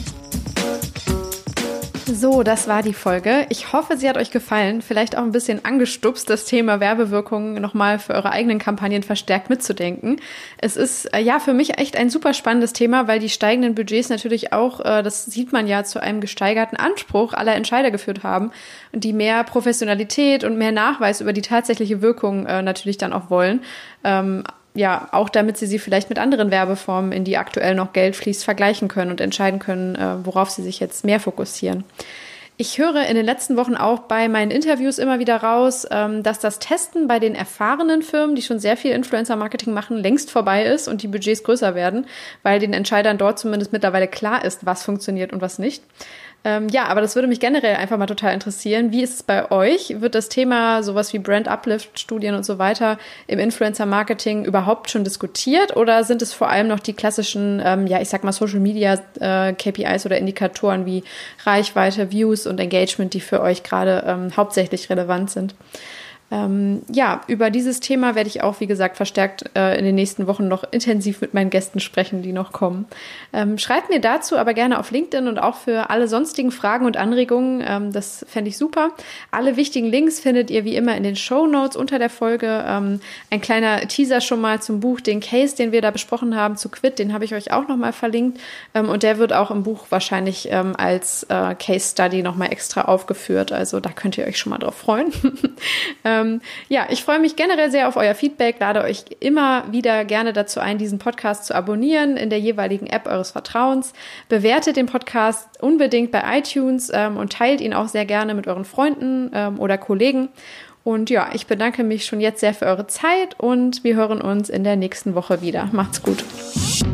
So, das war die Folge. Ich hoffe, sie hat euch gefallen, vielleicht auch ein bisschen angestupst, das Thema Werbewirkung nochmal für eure eigenen Kampagnen verstärkt mitzudenken. Es ist äh, ja für mich echt ein super spannendes Thema, weil die steigenden Budgets natürlich auch, äh, das sieht man ja, zu einem gesteigerten Anspruch aller Entscheider geführt haben und die mehr Professionalität und mehr Nachweis über die tatsächliche Wirkung äh, natürlich dann auch wollen. Ähm, Ja, auch damit sie sie vielleicht mit anderen Werbeformen, in die aktuell noch Geld fließt, vergleichen können und entscheiden können, worauf sie sich jetzt mehr fokussieren. Ich höre in den letzten Wochen auch bei meinen Interviews immer wieder raus, dass das Testen bei den erfahrenen Firmen, die schon sehr viel Influencer-Marketing machen, längst vorbei ist und die Budgets größer werden, weil den Entscheidern dort zumindest mittlerweile klar ist, was funktioniert und was nicht. Ähm, ja, aber das würde mich generell einfach mal total interessieren. Wie ist es bei euch? Wird das Thema sowas wie Brand Uplift, Studien und so weiter im Influencer-Marketing überhaupt schon diskutiert oder sind es vor allem noch die klassischen, ähm, ja, ich sag mal Social-Media äh, K P Is oder Indikatoren wie Reichweite, Views und Engagement, die für euch gerade ähm, hauptsächlich relevant sind? Ähm, ja, über dieses Thema werde ich auch, wie gesagt, verstärkt äh, in den nächsten Wochen noch intensiv mit meinen Gästen sprechen, die noch kommen. Ähm, schreibt mir dazu aber gerne auf LinkedIn und auch für alle sonstigen Fragen und Anregungen. Ähm, das fände ich super. Alle wichtigen Links findet ihr wie immer in den Shownotes unter der Folge. Ähm, ein kleiner Teaser schon mal zum Buch, den Case, den wir da besprochen haben, zu Quid, den habe ich euch auch nochmal verlinkt. Ähm, und der wird auch im Buch wahrscheinlich ähm, als äh, Case Study nochmal extra aufgeführt. Also da könnt ihr euch schon mal drauf freuen. Ähm, ja, ich freue mich generell sehr auf euer Feedback, lade euch immer wieder gerne dazu ein, diesen Podcast zu abonnieren in der jeweiligen App eures Vertrauens. Bewertet den Podcast unbedingt bei iTunes ähm, und teilt ihn auch sehr gerne mit euren Freunden ähm, oder Kollegen. Und ja, ich bedanke mich schon jetzt sehr für eure Zeit und wir hören uns in der nächsten Woche wieder. Macht's gut.